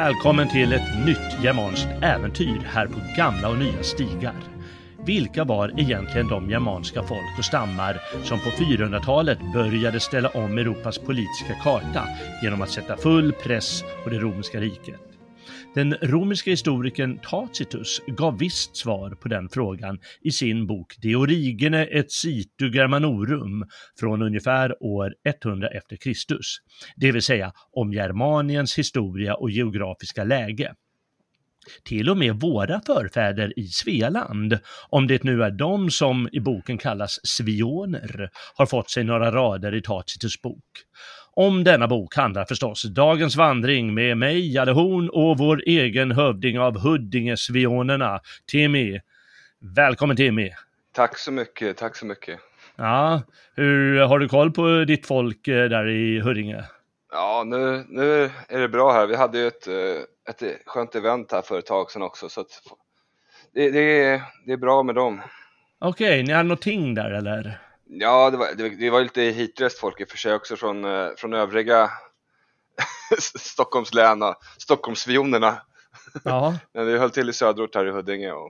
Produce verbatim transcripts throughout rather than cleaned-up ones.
Välkommen till ett nytt germanskt äventyr här på gamla och nya stigar. Vilka var egentligen de germanska folk och stammar som på fyrahundratalet började ställa om Europas politiska karta genom att sätta full press på det romerska riket? Den romerska historikern Tacitus gav visst svar på den frågan i sin bok De origine et situ Germanorum från ungefär år etthundra efter Kristus, det vill säga om Germaniens historia och geografiska läge. Till och med våra förfäder i Svealand, om det nu är de som i boken kallas svioner, har fått sig några rader i Tacitus bok. Om denna bok handlar förstås dagens vandring med mig, Jalle Horn, och vår egen hövding av Huddinge-svionerna, Timmy. Välkommen Timmy. Tack så mycket, tack så mycket. Ja, hur har du koll på ditt folk där i Huddinge? Ja, nu, nu är det bra här. Vi hade ju ett, ett skönt event här för ett tag sedan också, så att det, det, är, det är bra med dem. Okej, okay, ni har någonting där eller? Ja, det var, det, det var lite hitrest folk i och för sig också från, från övriga Stockholms län och Stockholmsvionerna. Ja. Men vi höll till i söderort här i Huddinge och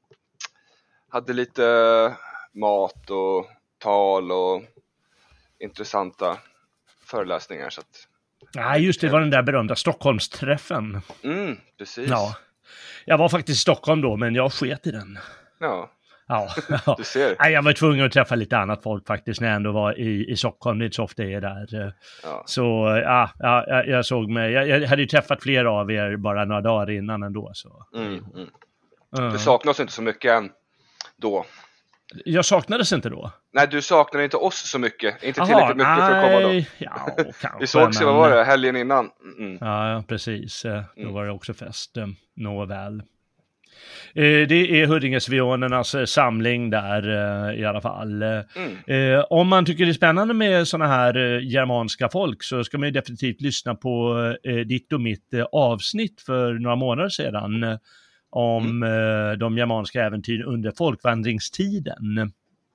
hade lite mat och tal och intressanta föreläsningar. Så att... Ja, just det, var den där berömda Stockholmsträffen. Mm, precis. Ja. Jag var faktiskt i Stockholm då, men jag sket i den. Ja. Ja, ja. Du ser. Nej, jag var tvungen att träffa lite annat folk faktiskt när jag ändå var i, i Stockholm. Det är inte så ofta jag är där. Ja. Så ja, ja, jag såg mig. Jag, jag hade ju träffat flera av er bara några dagar innan ändå. Så. Mm, mm. Mm. Du saknas inte så mycket än då. Jag saknades inte då? Nej, du saknade inte oss så mycket. Inte Aha, tillräckligt mycket nej. för att komma då. Ja, kanske, vi sågs ju, men... vad var det? Helgen innan. Mm. Ja, precis. Då mm. var det också fest. Nåväl. Det är Huddinge-svionernas samling där i alla fall. Mm. Om man tycker det är spännande med såna här germanska folk så ska man ju definitivt lyssna på ditt och mitt avsnitt för några månader sedan om mm. de germanska äventyr under folkvandringstiden.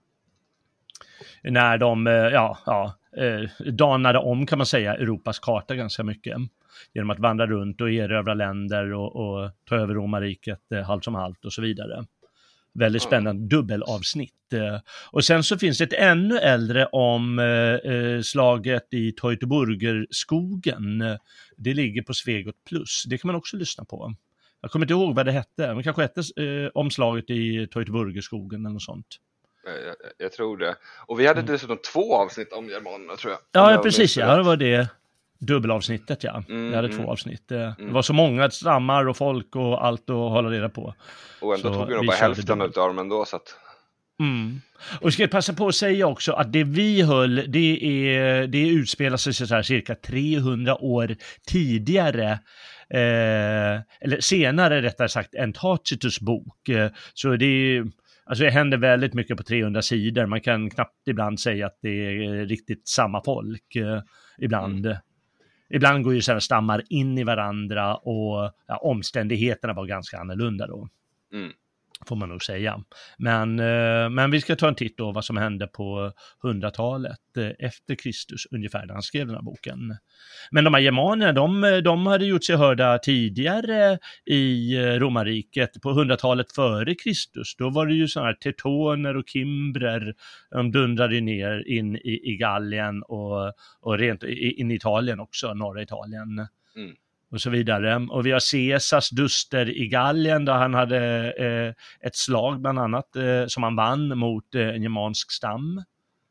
När de ja, ja, danade om kan man säga Europas karta ganska mycket. Genom att vandra runt och erövra länder och, och ta över romarriket eh, halvt som halvt och så vidare. Väldigt spännande dubbelavsnitt. Eh, och sen så finns det ett ännu äldre om eh, slaget i Teutoburgerskogen. Det ligger på Svegot Plus. Det kan man också lyssna på. Jag kommer inte ihåg vad det hette. Men kanske hette eh, om slaget i Teutoburgerskogen eller något sånt. Jag, jag tror det. Och vi hade mm. dessutom två avsnitt om germanerna tror jag. Ja, ja precis. Ja, det var det. Dubbelavsnittet, ja. Mm, jag hade mm, två avsnitt. Det mm. var så många stammar och folk och allt att hålla reda på. Och ändå så tog vi nog bara hälften av dem ändå. Så att... mm. Och ska jag passa på att säga också att det vi höll, det, är, det utspelar sig så här cirka trehundra år tidigare. Eh, eller senare rättare sagt än Tacitus bok. Eh, så det är... Alltså det händer väldigt mycket på trehundra sidor. Man kan knappt ibland säga att det är riktigt samma folk. Eh, ibland... Mm. Ibland går ju sådana stammar in i varandra och ja, omständigheterna var ganska annorlunda då. Mm. Får man nog säga. Men, eh, men vi ska ta en titt då vad som hände på hundratalet eh, efter Kristus ungefär när han skrev den här boken. Men de här germanerna, de, de hade gjort sig hörda tidigare i romarriket på hundratalet före Kristus. Då var det ju sådana här teutoner och kimbrer. De dundrade ner in i, i Gallien och, och rent in i Italien också, norra Italien. Mm. Och så vidare. Och vi har Caesars duster i Gallien där han hade eh, ett slag bland annat eh, som han vann mot eh, en germansk stam.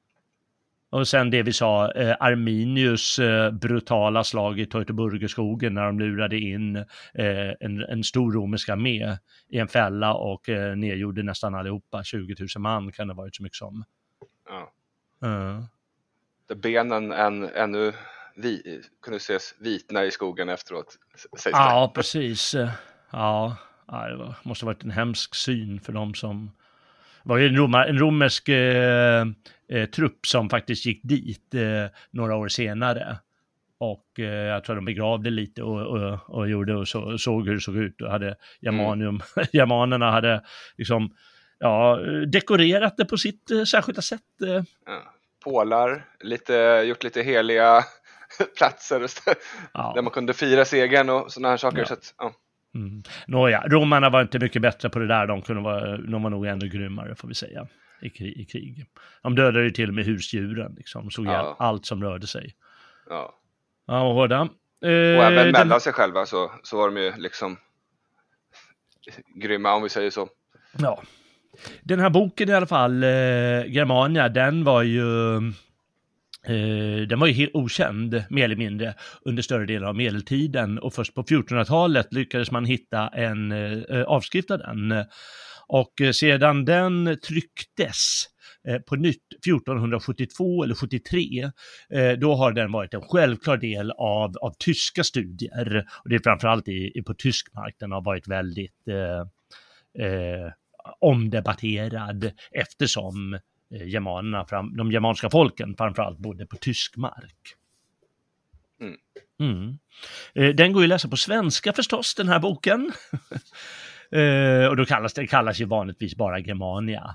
Och sen det vi sa, eh, Arminius eh, brutala slag i Teutoburgerskogen när de lurade in eh, en, en stor romersk armé i en fälla och eh, nedgjorde nästan allihopa. tjugo tusen man kan det ha varit så mycket som. Ja. Uh. Det benen än, ännu... Vi kunde ses vitna i skogen efteråt. Ja, precis. Ja, det var, måste ha varit en hemsk syn för dem som... Det var ju en, romar, en romersk eh, eh, trupp som faktiskt gick dit eh, några år senare. Och eh, jag tror de begravde lite och, och, och gjorde och så, såg hur det såg ut. Och hade germanium, mm. germanerna hade liksom, ja, dekorerat det på sitt eh, särskilda sätt. Eh. Ja. Pålar, lite, gjort lite heliga platser och st- Ja. där man kunde fira segern och sådana här saker. Ja. Så att, ja. Mm. Nåja, romarna var inte mycket bättre på det där. De, kunde vara, de var nog ännu grymmare, får vi säga, i krig. I krig. De dödade ju till och med husdjuren. Liksom. De såg Ja. ihjäl allt som rörde sig. Ja. Ja, och hårda. Eh, Och även den... mellan sig själva så, så var de ju liksom grymma, om vi säger så. Ja. Den här boken i alla fall, eh, Germania, den var ju... Eh, den var ju helt okänd, mer eller mindre, under större delen av medeltiden, och först på fjortonhundratalet lyckades man hitta en eh, avskrift av den. Och eh, sedan den trycktes eh, på nytt fjortonhundrasjuttiotvå eller sjuttiotre, eh, då har den varit en självklar del av, av tyska studier. Och det är framförallt i, i på tysk mark den har varit väldigt eh, eh, omdebatterad, eftersom germanerna, de germanska folken framförallt bodde på tysk mark. Mm. Mm. Den går ju att läsa på svenska förstås, den här boken. Och då kallas det kallas ju vanligtvis bara Germania.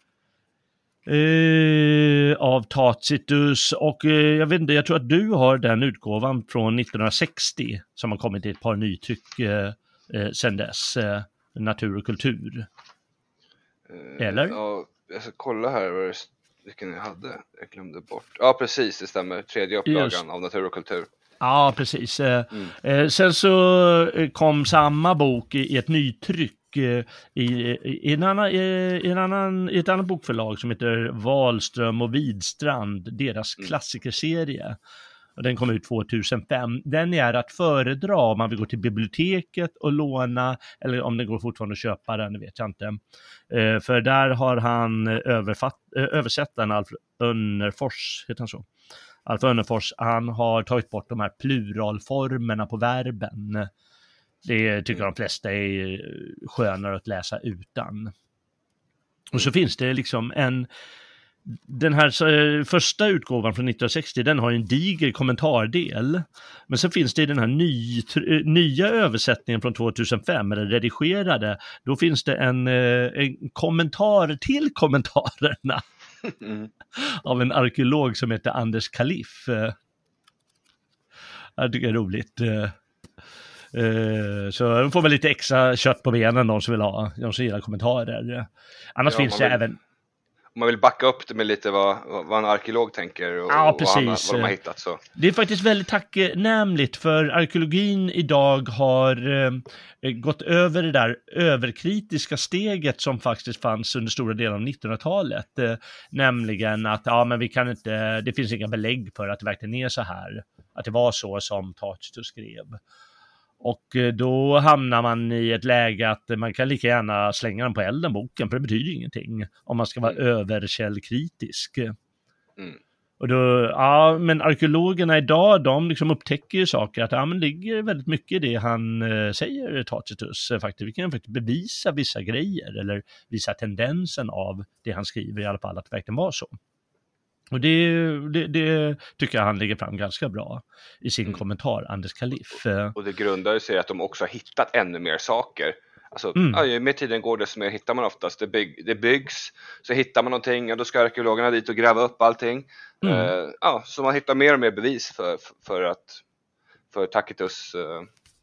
Av Tacitus, och jag vet inte, jag tror att du har den utgåvan från nittonhundrasextio som har kommit i ett par nytryck eh, sedan dess, eh, Natur och kultur. Eller? Ja, jag ska kolla här vad det, vilken jag hade. Jag glömde bort. Ja, precis, det stämmer. Tredje upplagan Just. av Natur och kultur. Ja, precis. Mm. Sen så kom samma bok i ett nytryck i, i, i, en annan, i, en annan, i ett annat bokförlag som heter Wahlström och Widstrand, deras mm. klassikerserie. Och den kom ut tvåtusenfem. Den är att föredra om man vill gå till biblioteket och låna, eller om det går fortfarande att köpa den, det vet jag inte. Eh, för där har han överfatt, översättaren Alf Önnerfors, heter han så? Alf Önnerfors, han har tagit bort de här pluralformerna på verben. Det tycker de flesta är skönare att läsa utan. Och så finns det liksom en... Den här första utgåvan från nittonhundrasextio, den har en diger kommentardel. Men så finns det i den här ny, nya översättningen från tvåtusenfem, eller redigerade, då finns det en, en kommentar till kommentarerna mm. av en arkeolog som heter Anders Kaliff. Jag tycker det är roligt. Så de får väl lite extra kött på benen, de som vill ha, de som gillar kommentarer. Annars ja, finns det vill... även... Man vill backa upp det med lite vad, vad en arkeolog tänker och, ja, och vad, han, vad de har hittat. Så. Det är faktiskt väldigt tacknämligt, för arkeologin idag har eh, gått över det där överkritiska steget som faktiskt fanns under stora delar av nittonhundratalet. Eh, nämligen att ja, men vi kan inte, det finns inga belägg för att det verkligen är så här. Att det var så som Tacitus skrev. Och då hamnar man i ett läge att man kan lika gärna slänga den på elden, boken, för det betyder ingenting om man ska vara mm. överkällkritisk. Mm. Och då, ja, men arkeologerna idag, de liksom upptäcker ju saker, att ja, men det ligger väldigt mycket i det han eh, säger, Tacitus. Faktiskt. Vi kan faktiskt bevisa vissa grejer, eller visa tendensen av det han skriver, i alla fall att det verkligen var så. Och det, det, det tycker jag han lägger fram ganska bra i sin mm. kommentar, Anders Kaliff. Och det grundar sig att de också har hittat ännu mer saker. Alltså, mm. ja, ju mer tiden går, desto mer hittar man oftast. Det, bygg, det byggs, så hittar man någonting, och då ska arkeologerna dit och gräva upp allting. Mm. Uh, ja, så man hittar mer och mer bevis för, för att för Tacitus... Uh,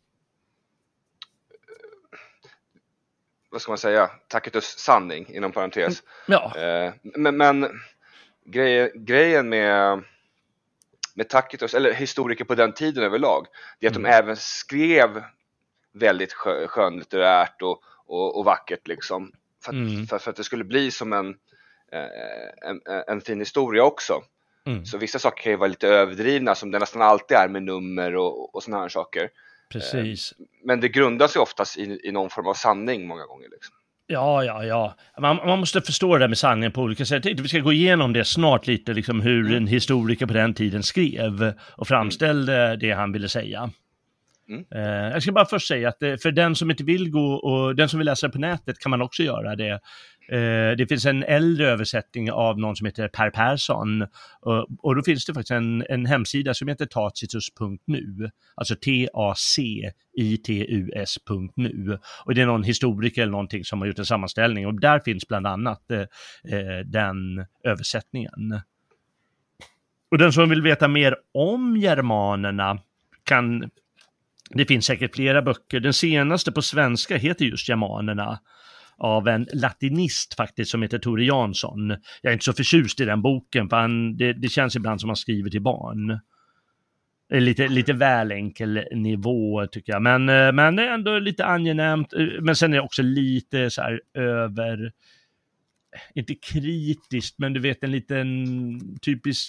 vad ska man säga? Tacitus sanning, inom parentes. Ja. Uh, men... men Grej, grejen med, med Tacitus, eller historiker på den tiden överlag, det är att mm. de även skrev väldigt skö, skönlitterärt och, och, och vackert liksom, för att, mm. för, för att det skulle bli som en, en, en fin historia också. Mm. Så vissa saker kan ju vara lite överdrivna, som det nästan alltid är med nummer och, och såna här saker. Precis. Men det grundar sig oftast i, i någon form av sanning många gånger liksom. Ja, ja, ja. Man, man måste förstå det där med sanningen på olika sätt. Jag tänkte vi ska gå igenom det snart lite, liksom hur mm. en historiker på den tiden skrev och framställde mm. det han ville säga. Mm. Eh, jag ska bara först säga att för den som inte vill gå, och den som vill läsa på nätet, kan man också göra det. Eh, det finns en äldre översättning av någon som heter Per Persson, och, och då finns det faktiskt en, en hemsida som heter tacitus punkt nu, alltså T A C I T U S punkt nu, och det är någon historiker eller någonting som har gjort en sammanställning, och där finns bland annat eh, den översättningen. Och den som vill veta mer om germanerna kan, det finns säkert flera böcker. Den senaste på svenska heter just Germanerna, av en latinist faktiskt som heter Tore Jansson. Jag är inte så förtjust i den boken, för han, det, det känns ibland som han skriver till barn. Lite, lite väl enkel nivå tycker jag, men, men det är ändå lite angenämt. Men sen är det också lite så här över, inte kritiskt, men du vet en liten typisk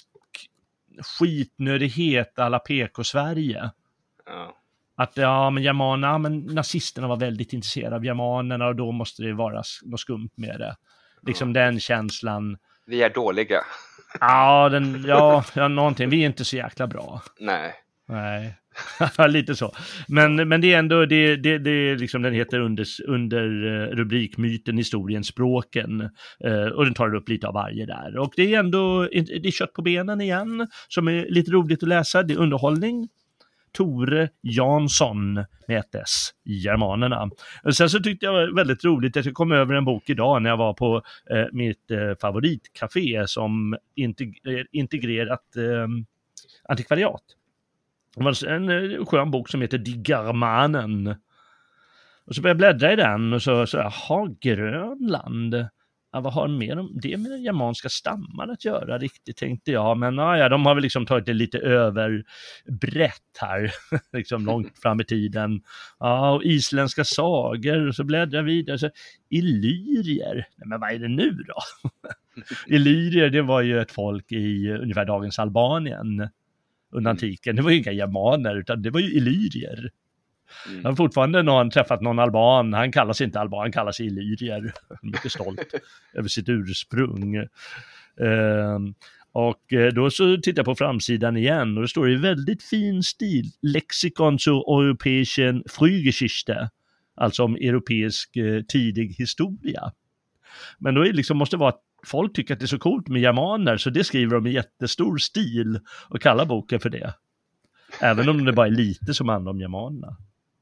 skitnödighet alla P K-Sverige. Ja. Att ja, men germanerna, men nazisterna var väldigt intresserade av germanerna och då måste det vara något skumt med det. Liksom ja. Den känslan. Vi är dåliga. Ja, den, ja, ja, någonting. Vi är inte så jäkla bra. Nej. Nej, lite så. Men, men det är ändå, det, det, det liksom, den heter under, under rubrikmyten, historien, språken. Och den tar upp lite av varje där. Och det är ändå, det är kött på benen igen, som är lite roligt att läsa. Det är underhållning. Tore Jansson med ett S, Germanerna. Och sen så tyckte jag det var väldigt roligt att jag kom över en bok idag när jag var på eh, mitt eh, favoritcafé som integ- integrerat eh, antikvariat. Det var en eh, skön bok som heter Die Germanen. Och så började jag bläddra i den och så, så jaha, Grönland. Ja, vad har med dem, det med den germanska stammar att göra riktigt, tänkte jag. Men ja, de har väl liksom tagit det lite överbrett här, liksom långt fram i tiden. Ja, och isländska sagor, och så bläddrar jag vidare. Så, Illyrier, nej men vad är det nu då? Illyrier, det var ju ett folk i ungefär dagens Albanien under antiken. Det var ju inga germaner, utan det var ju illyrier. Mm. Jag har fortfarande någon träffat någon alban, han kallas inte alban, han kallas illyrier. Mycket stolt över sitt ursprung. Uh, och då så tittar jag på framsidan igen och det står i väldigt fin stil: Lexikon zur europäischen Frühgeschichte, alltså om europeisk uh, tidig historia. Men då är det liksom, måste vara att folk tycker att det är så coolt med germaner, så det skriver de i jättestor stil och kallar boken för det. Även om det bara är lite som handlar om germanerna.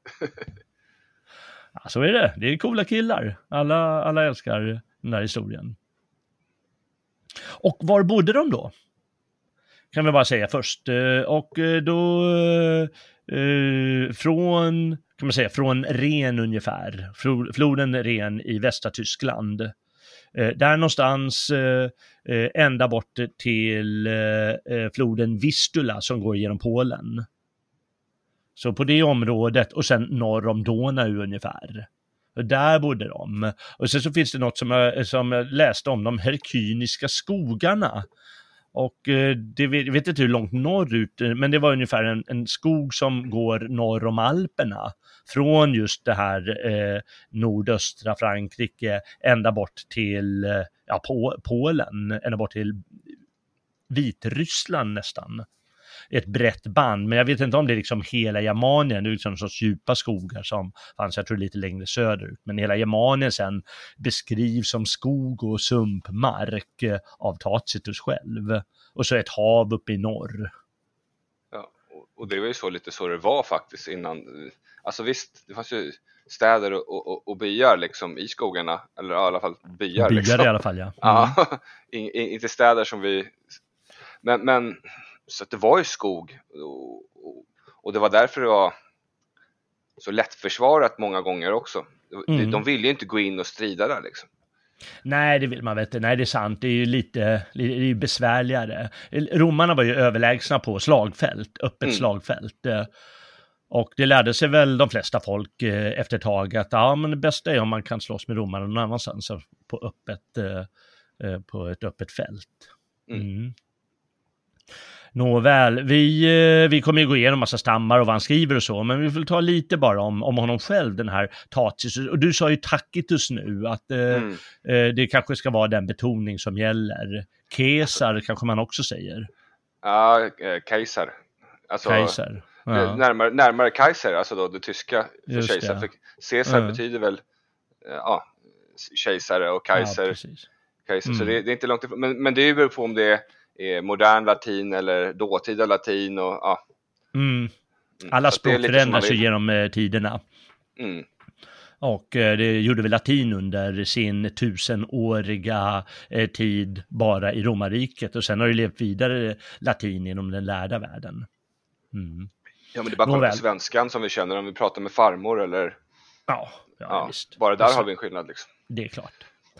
Ja, så är det. Det är coola killar. Alla, alla älskar den här historien. Och var bodde de då? Kan vi bara säga först. Och då eh, från, kan man säga, från Ren ungefär. Floden Ren i västra Tyskland. Eh, där någonstans eh, ända bort till eh, floden Vistula som går genom Polen. Så på det området och sen norr om Donau ungefär. Och där bodde de. Och sen så finns det något som jag, som jag läste om, de herkyniska skogarna. Och det vet, jag vet inte hur långt norrut, men det var ungefär en, en skog som går norr om Alperna. Från just det här eh, nordöstra Frankrike ända bort till ja, på, Polen, ända bort till Vitryssland nästan. Ett brett band, men jag vet inte om det är liksom hela Germanien, det är liksom en sorts djupa skogar som fanns, jag tror, lite längre söderut, men hela Germanien sen beskrivs som skog och sumpmark av Tacitus själv, och så ett hav uppe i norr. Ja, och det var ju så lite så det var faktiskt innan, alltså visst, det fanns ju städer och, och, och byar liksom i skogarna, eller i alla fall byar, byar liksom. i alla fall, ja. Mm. Ja, inte städer som vi, men, men så att det var ju skog och, och, och det var därför det var så lättförsvarat många gånger också. Mm. De, de ville ju inte gå in och strida där liksom. Nej, det vill man veta. Nej, det är sant. Det är ju lite det är ju besvärligare. Romarna var ju överlägsna på slagfält, öppet mm. slagfält. Och det lärde sig väl de flesta folk efter ett tag att ja, men det bästa är om man kan slåss med romarna någon annanstans på, öppet, på ett öppet fält. Mm. Mm. Nåväl, vi, vi kommer ju gå igenom massa stammar och vad han skriver och så, men vi vill ta lite bara om, om honom själv, den här Tacitus. Och du sa ju Tacitus nu, att mm. eh, det kanske ska vara den betoning som gäller. Caesar kanske man också säger. Ja, Kaiser. Alltså, Kaiser. Ja. Närmare, närmare Kaiser, alltså då det tyska för kejsar. För Caesar ja. betyder väl ja, kejsare och Kaiser. Ja, Kaiser. Mm. Så det, det är inte långt ifrån, men, men det beror på om det är modern latin eller dåtida latin och ja. Mm. Alla språk förändras ju genom eh, tiderna. Mm. Och eh, det gjorde väl latin under sin tusenåriga eh, tid bara i romarriket. Och sen har det levt vidare latin inom den lärda världen. Mm. Ja, men det är bara kolla på svenskan som vi känner om vi pratar med farmor eller... Ja, ja, ja visst. Bara där alltså, har vi en skillnad liksom. Det är klart.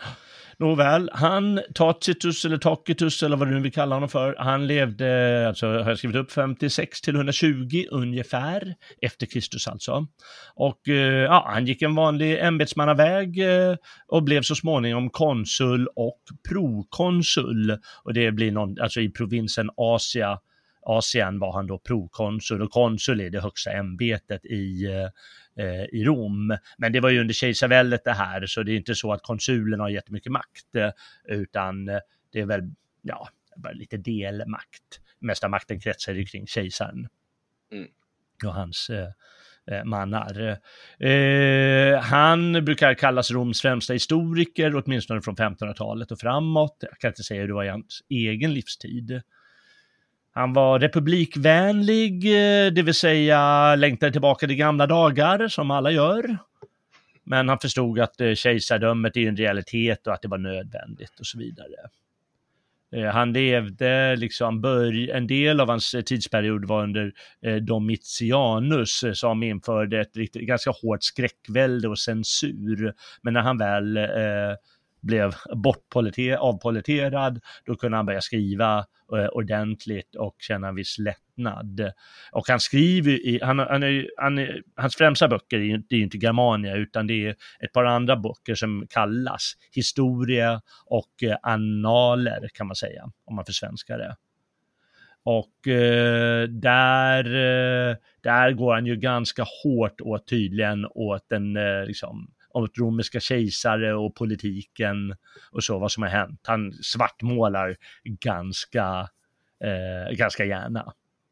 Nåväl, han, Tacitus eller Tacitus eller vad du nu vill kalla honom för, han levde, alltså har jag skrivit upp, femtiosex till etthundratjugo ungefär, efter Kristus alltså. Och eh, ja, han gick en vanlig ämbetsmannaväg eh, och blev så småningom konsul och prokonsul. Och det blir någon, alltså i provinsen Asia, Asien var han då prokonsul, och konsul är det högsta ämbetet i eh, i Rom. Men det var ju under kejsarväldet det här, så det är inte så att konsulen har jättemycket makt, utan det är väl ja, bara lite delmakt. Mesta makten kretsar ju kring kejsaren mm. och hans eh, mannar. Eh, han brukar kallas Roms främsta historiker, åtminstone från femtonhundratalet och framåt. Jag kan inte säga hur det var i hans egen livstid. Han var republikvänlig, det vill säga längtade tillbaka till gamla dagar som alla gör. Men han förstod att kejsardömet är en realitet och att det var nödvändigt och så vidare. Han levde liksom, börj- en del av hans tidsperiod var under Domitianus som införde ett riktigt, ganska hårt skräckvälde och censur. Men när han väl eh, blev bortpoliter- avpoliterad, då kunde han börja skriva ordentligt och känna en viss lättnad. Och han skriver i, han, han är, han är, hans främsta böcker är ju, det är ju inte Germania, utan det är ett par andra böcker som kallas historia och eh, annaler, kan man säga, om man försvenskar det. Och eh, där, eh, där går han ju ganska hårt åt, tydligen åt den eh, liksom åt romerska kejsare och politiken och så, vad som har hänt. Han svartmålar ganska, eh, ganska gärna.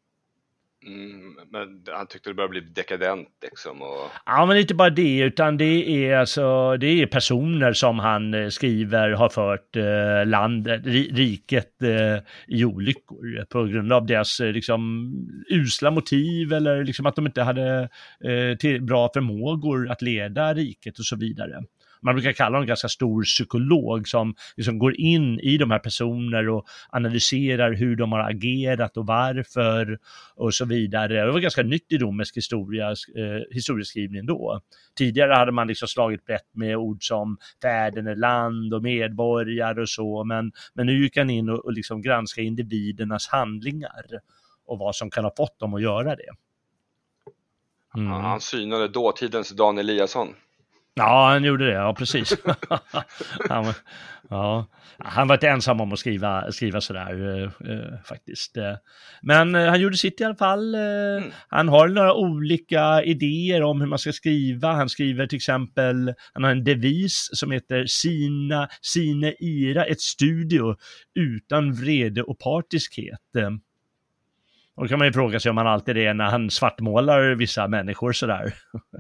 Mm, men han tyckte det började bli dekadent liksom. Och... Ja, men inte bara det, utan det är, alltså, det är personer som han skriver har fört eh, landet, riket eh, i olyckor på grund av deras liksom, usla motiv, eller liksom att de inte hade eh, till, bra förmågor att leda riket och så vidare. Man brukar kalla honom en ganska stor psykolog som liksom går in i de här personer och analyserar hur de har agerat och varför och så vidare. Det var ganska nytt i romersk historia, eh, historieskrivning då. Tidigare hade man liksom slagit brett med ord som fäderneland och medborgare och så, men, men nu gick han in och, och liksom granska individernas handlingar och vad som kan ha fått dem att göra det. Mm. Ja, han synade dåtidens Dan Eliasson. Ja, han gjorde det, ja precis. han, ja, han var inte ensam om att skriva, skriva sådär eh, faktiskt. Men eh, han gjorde sitt i alla fall. Eh, mm. Han har några olika idéer om hur man ska skriva. Han skriver till exempel, han har en devis som heter Sina, Sine Ira, ett studio utan vrede och partiskhet. Och då kan man ju fråga sig om han alltid är när han svartmålar vissa människor sådär.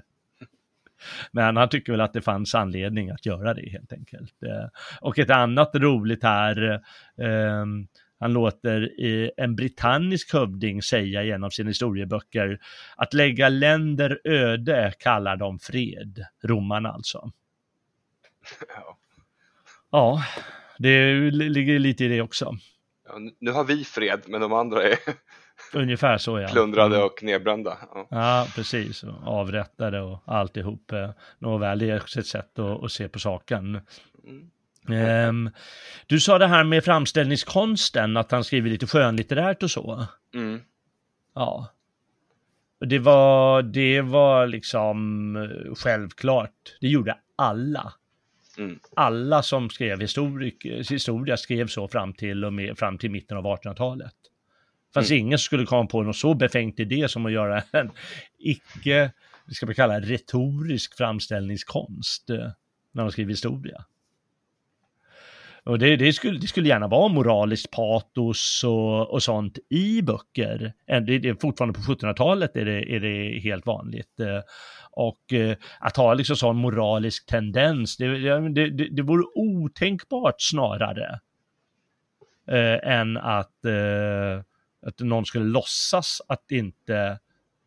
Men han tycker väl att det fanns anledning att göra det helt enkelt. Och ett annat roligt här, eh, han låter en brittannisk hövding säga genom sina historieböcker att lägga länder öde kallar de fred, romarna alltså. Ja, ja, det ligger lite i det också. Ja, nu har vi fred, men de andra är... Ungefär så, ja. Plundrade och nedbrända. Ja, ja precis. Och avrättade och alltihop. Nåväl, det är också ett sätt att, att se på saken. Mm. Um, du sa det här med framställningskonsten, att han skriver lite skönlitterärt och så. Mm. Ja. Det var, det var liksom självklart. Det gjorde alla. Mm. Alla som skrev historik, historia skrev så fram till, och med, fram till mitten av artonhundratalet. Fanns mm. ingen skulle komma på någon så befängt idé som att göra en icke, det ska vi kalla retorisk framställningskonst när de skriver historia. Och det, det, skulle, det skulle gärna vara moraliskt patos och, och sånt i böcker. Det, det, fortfarande på sjuttonhundratalet är det, är det helt vanligt. Och att ha liksom sån moralisk tendens, det, det, det, det vore otänkbart snarare eh, än att... Eh, att någon skulle låtsas att inte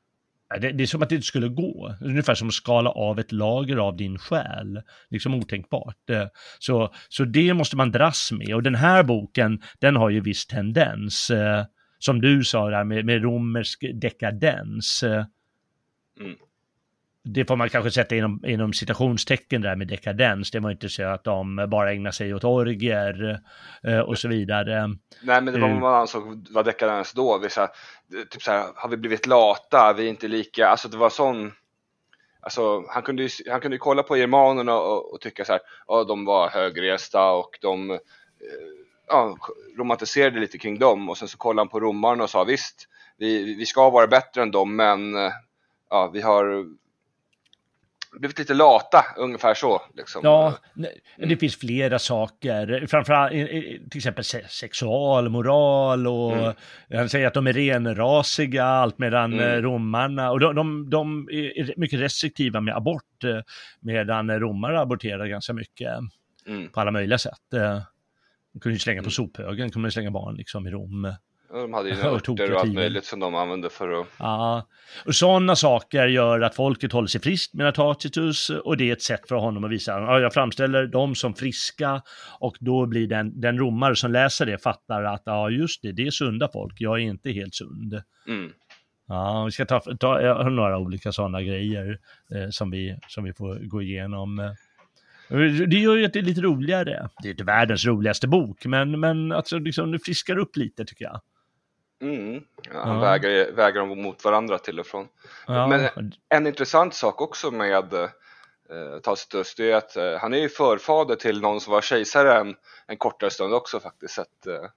Det, det är som att det inte skulle gå. Ungefär som att skala av ett lager av din själ. Liksom otänkbart. Så, så det måste man dras med. Och den här boken, den har ju viss tendens. Som du sa där med, med romersk dekadens. Mm. Det får man kanske sätta inom, inom citationstecken där med dekadens. Det var inte så att de bara ägnar sig åt orger eh, och så vidare. Nej, men det var vad man ansåg var dekadens då. Vi, så här, typ så här, har vi blivit lata? Vi är inte lika... Alltså det var sån... Alltså, han kunde ju, han kunde ju kolla på germanerna och, och tycka så här, ja, de var högresta och de eh, ja, romantiserade lite kring dem. Och sen så kollade han på romarna och sa, visst, vi, vi ska vara bättre än dem, men eh, ja, vi har... blivit lite lata, ungefär så. Liksom. Ja, det finns flera saker. Framförallt till exempel sexualmoral och mm. han säger att de är renrasiga, allt medan mm. romarna, och de, de, de är mycket restriktiva med abort, medan romare aborterar ganska mycket mm. på alla möjliga sätt. De kunde ju slänga på sophögen, kunde slänga barn liksom i Rom. De hade ju örter och allt möjligt som de använde för att... Ja, och sådana saker gör att folket håller sig friskt, menar Tacitus, och det är ett sätt för honom att visa, ja, jag framställer dem som friska, och då blir den, den romare som läser det fattar att, ja just det, det är sunda folk, jag är inte helt sund. Mm. Ja, vi ska ta, ta jag har några olika sådana grejer eh, som, vi, som vi får gå igenom. Det gör ju att det är lite roligare. Det är inte världens roligaste bok, men, men alltså, liksom, det friskar upp lite tycker jag. Mm. Ja, han ja. väger, väger dem mot varandra till och från. Ja. Men en intressant sak också med eh, Tacitus, det är att eh, han är ju förfader till någon som var kejsare en, en kortare stund också faktiskt. Att, eh,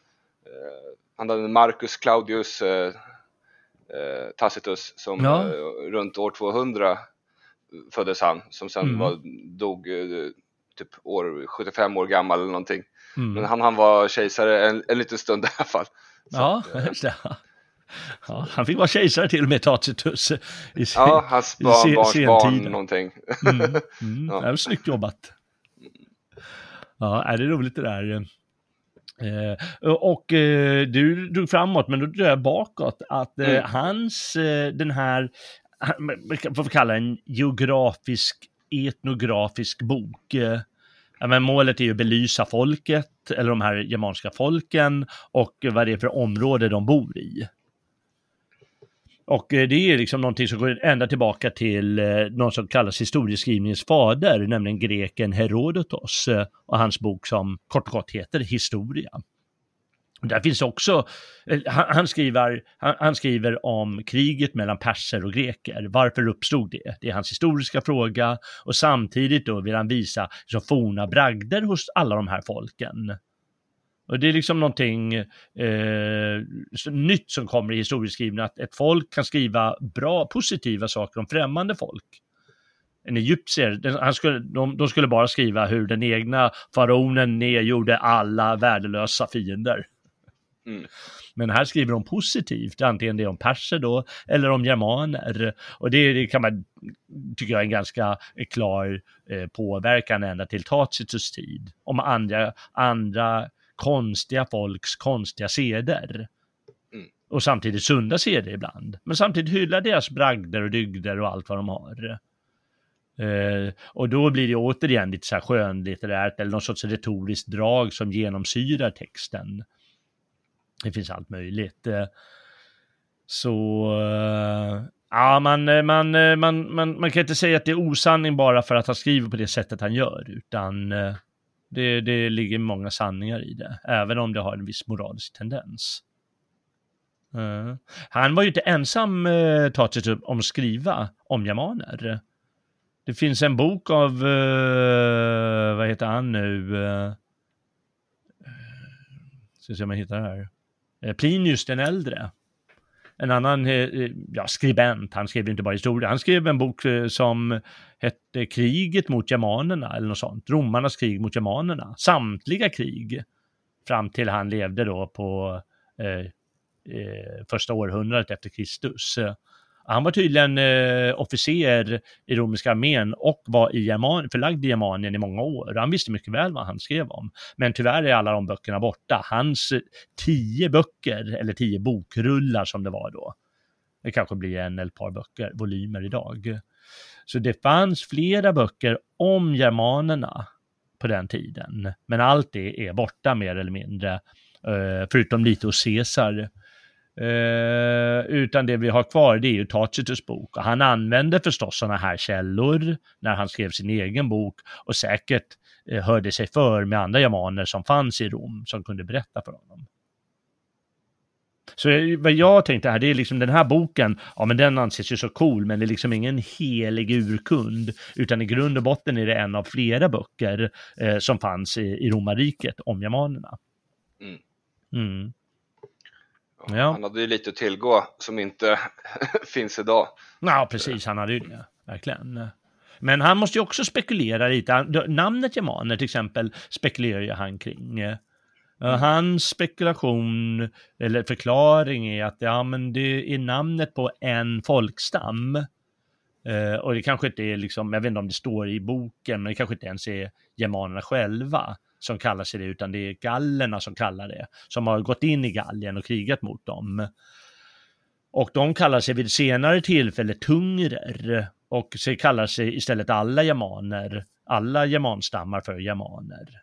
han hade Marcus Claudius eh, Tacitus som ja. eh, runt år tvåhundra föddes han, som sen mm. var, dog eh, typ år, sjuttiofem år gammal eller någonting. Mm. Men han, han var kejsare en, en liten stund i alla fall. Så ja, att, det. Ja, han fick vara kejsare till och med Tacitus i sin, ja, hans barn, barns barn någonting. Mm, mm, ja. Det var snyggt jobbat. Ja, är det roligt det där. Eh, och eh, du drog framåt, men då drog jag bakåt att eh, mm. hans, eh, den här, vad får vi kalla en geografisk, etnografisk bok. Eh, Ja, men målet är ju att belysa folket, eller de här germanska folken, och vad det är för område de bor i. Och det är liksom någonting som går ända tillbaka till någon som kallas historieskrivningens fader, nämligen greken Herodotos, och hans bok som kort och kort heter Historia. Där finns också, han, han, skriver, han, han skriver om kriget mellan perser och greker. Varför uppstod det? Det är hans historiska fråga, och samtidigt då vill han visa liksom forna bragder hos alla de här folken. Och det är liksom någonting eh, nytt som kommer i historieskrivningen, att ett folk kan skriva bra, positiva saker om främmande folk. En egyptier, han skulle, de, de skulle bara skriva hur den egna faraonen nedgjorde alla värdelösa fiender. Mm. Men här skriver de positivt, antingen det är om perser då eller om germaner, och det, det kan man, tycker jag, är en ganska klar eh, påverkan ända till Tacitus tid om andra, andra konstiga folks konstiga seder. Mm. Och samtidigt sunda seder ibland, men samtidigt hyllar deras bragder och dygder och allt vad de har. Uh, och då blir det återigen lite så här skönlitterärt eller någon sorts retoriskt drag som genomsyrar texten. Det finns allt möjligt. Uh, så uh, ja, man, man, man, man, man kan inte säga att det är osanning bara för att han skriver på det sättet han gör, utan uh, det, det ligger många sanningar i det, även om det har en viss moralisk tendens. Uh, han var ju inte ensam uh, Tacitus om att skriva om germaner. Det finns en bok av, uh, vad heter han nu? Uh, ska se om jag hittar det här. Uh, Plinius den äldre. En annan uh, ja, skribent, han skrev inte bara historia. Han skrev en bok uh, som hette Kriget mot germanerna eller något sånt. Romarnas krig mot germanerna. Samtliga krig fram till han levde då på uh, uh, första århundradet efter Kristus. Uh, Han var tydligen eh, officer i romerska armén och var i German, förlagd i Germanien i många år. Han visste mycket väl vad han skrev om. Men tyvärr är alla de böckerna borta. Hans tio böcker, eller tio bokrullar som det var då, Det kanske blir en eller ett par böcker, volymer idag. Så det fanns flera böcker om germanerna på den tiden. Men allt det är borta mer eller mindre. Förutom lite hos Caesar. Utan det vi har kvar, det är ju Tacitus bok. Och han använde förstås sådana här källor när han skrev sin egen bok. Och säkert hörde sig för med andra germaner som fanns i Rom som kunde berätta för honom. Så vad jag tänkte här, det är liksom den här boken, ja men den anses ju så cool, men det är liksom ingen helig urkund, utan i grund och botten är det en av flera böcker eh, som fanns i, i romarriket om germanerna. Mm. Mm. Ja. Han hade ju lite att tillgå som inte finns idag. Ja, precis, han hade ju det, verkligen. Men han måste ju också spekulera lite. Namnet germaner till exempel spekulerar ju han kring. Mm. Hans spekulation eller förklaring är att ja, men det är namnet på en folkstam. Uh, och det kanske inte är liksom, jag vet inte om det står i boken, men det kanske inte ens är germanerna själva som kallar sig det, utan det är gallerna som kallar det, som har gått in i Gallien och krigat mot dem. Och de kallar sig vid senare tillfälle tungrer, och så kallar sig istället alla germaner, alla germanstammar för germaner.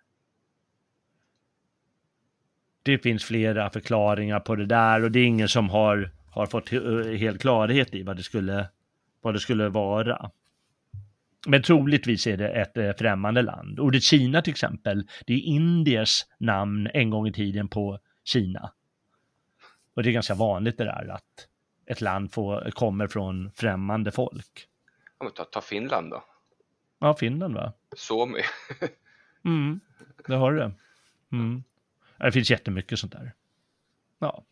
Det finns flera förklaringar på det där, och det är ingen som har, har fått helt klarhet i vad det skulle, vad det skulle vara. Men troligtvis är det ett främmande land. Ordet Kina till exempel, det är Indiens namn en gång i tiden på Kina. Och det är ganska vanligt det där att ett land får, kommer från främmande folk. Ja, men ta, ta Finland då. Ja, Finland va? Suomi. mm, det har det. Mm. Det finns jättemycket sånt där. Ja.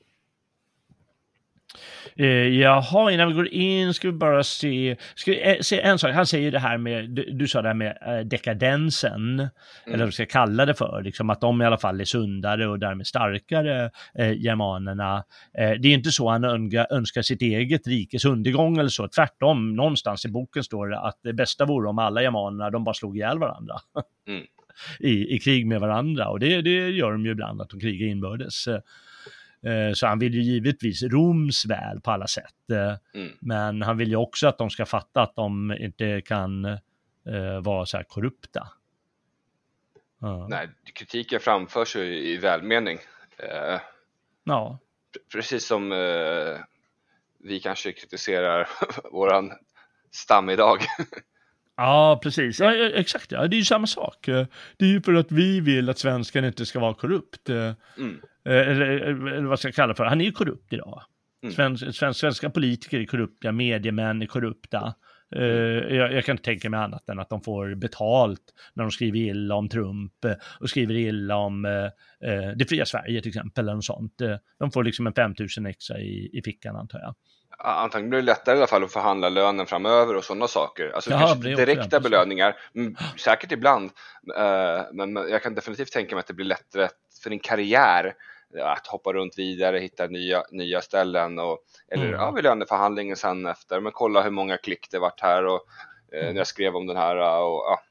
Eh, jaha, innan vi går in ska vi bara se, ska vi, eh, se en sak. Han säger det här med, du, du sa det här med eh, dekadensen, mm. eller vad vi ska kalla det för, liksom att de i alla fall är sundare och därmed starkare, eh, germanerna. Eh, det är inte så han önskar, önskar sitt eget rikes undergång eller så, tvärtom, någonstans i boken står det att det bästa vore om alla germanerna, de bara slog ihjäl varandra. Mm. I, i krig med varandra, och det, det gör de ju ibland, att de krigar inbördes. Så han vill ju givetvis Roms väl på alla sätt. Mm. Men han vill ju också att de ska fatta att de inte kan uh, vara så här korrupta. Uh. Nej, kritiken framförs ju i välmening. Uh, ja. Precis som uh, vi kanske kritiserar våran stam idag. Ja, precis. Ja, exakt. Ja. Det är ju samma sak. Det är ju för att vi vill att svenskan inte ska vara korrupt. Mm. Eller, eller vad ska jag kalla för? Han är ju korrupt idag. Mm. Svensk, svensk, svenska politiker är korrupta, mediemän är korrupta. Mm. Uh, jag, jag kan inte tänka mig annat än att de får betalt när de skriver illa om Trump och skriver illa om uh, uh, det fria Sverige till exempel eller något sånt. Uh, de får liksom en fem tusen extra i, i fickan, antar jag. Antagligen blir det lättare i alla fall att förhandla lönen framöver och sådana saker. Alltså Jaha, kanske direkta det, belöningar, m- säkert ibland. Uh, men jag kan definitivt tänka mig att det blir lättare för din karriär att hoppa runt vidare, hitta nya, nya ställen. Och, eller mm. ja, vid löneförhandlingen sen efter. Men kolla hur många klick det vart här och uh, mm. när jag skrev om den här. Och, ja.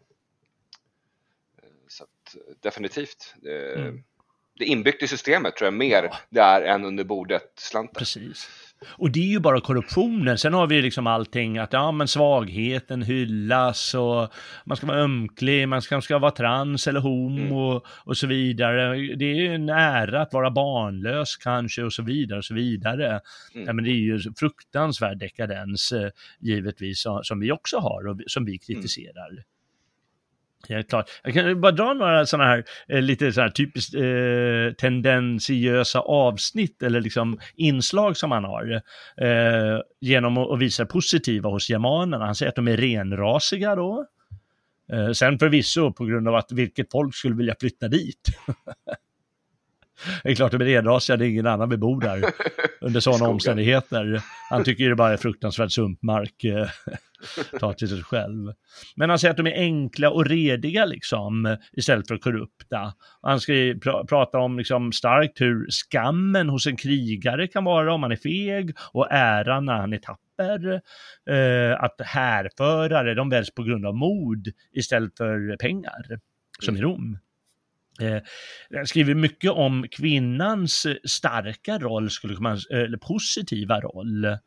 Så att, definitivt. Uh, mm. Det är inbyggt i systemet tror jag mer ja. där än under bordet slantar. Precis. Och det är ju bara korruptionen. Sen har vi liksom allting att ja, men svagheten hyllas och man ska vara ömklig, man ska, ska vara trans eller homo mm. och så vidare. Det är ju en ära att vara barnlös kanske och så vidare och så vidare. Mm. Ja, men det är ju fruktansvärd dekadens givetvis som vi också har och som vi kritiserar. Mm. Ja, klart. Jag kan bara dra några sådana här eh, lite så här typiskt eh, tendensiösa avsnitt eller liksom inslag som han har eh, genom att visa positiva hos germanerna. Han säger att de är renrasiga då. Eh, sen förvisso på grund av att vilket folk skulle vilja flytta dit. Det är klart att de är renrasiga, det är ingen annan vill bo där under sådana omständigheter. Han tycker ju det bara är fruktansvärt sumpmark. Ta till sig själv. Men han säger att de är enkla och rediga liksom, istället för korrupta. Han ska pr- prata om liksom, starkt hur skammen hos en krigare kan vara om han är feg och äran när han är tapper. Eh, att härförare, de väljs på grund av mod istället för pengar, som i Rom. Jag skriver mycket om kvinnans starka roll, skulle man, eller positiva roll.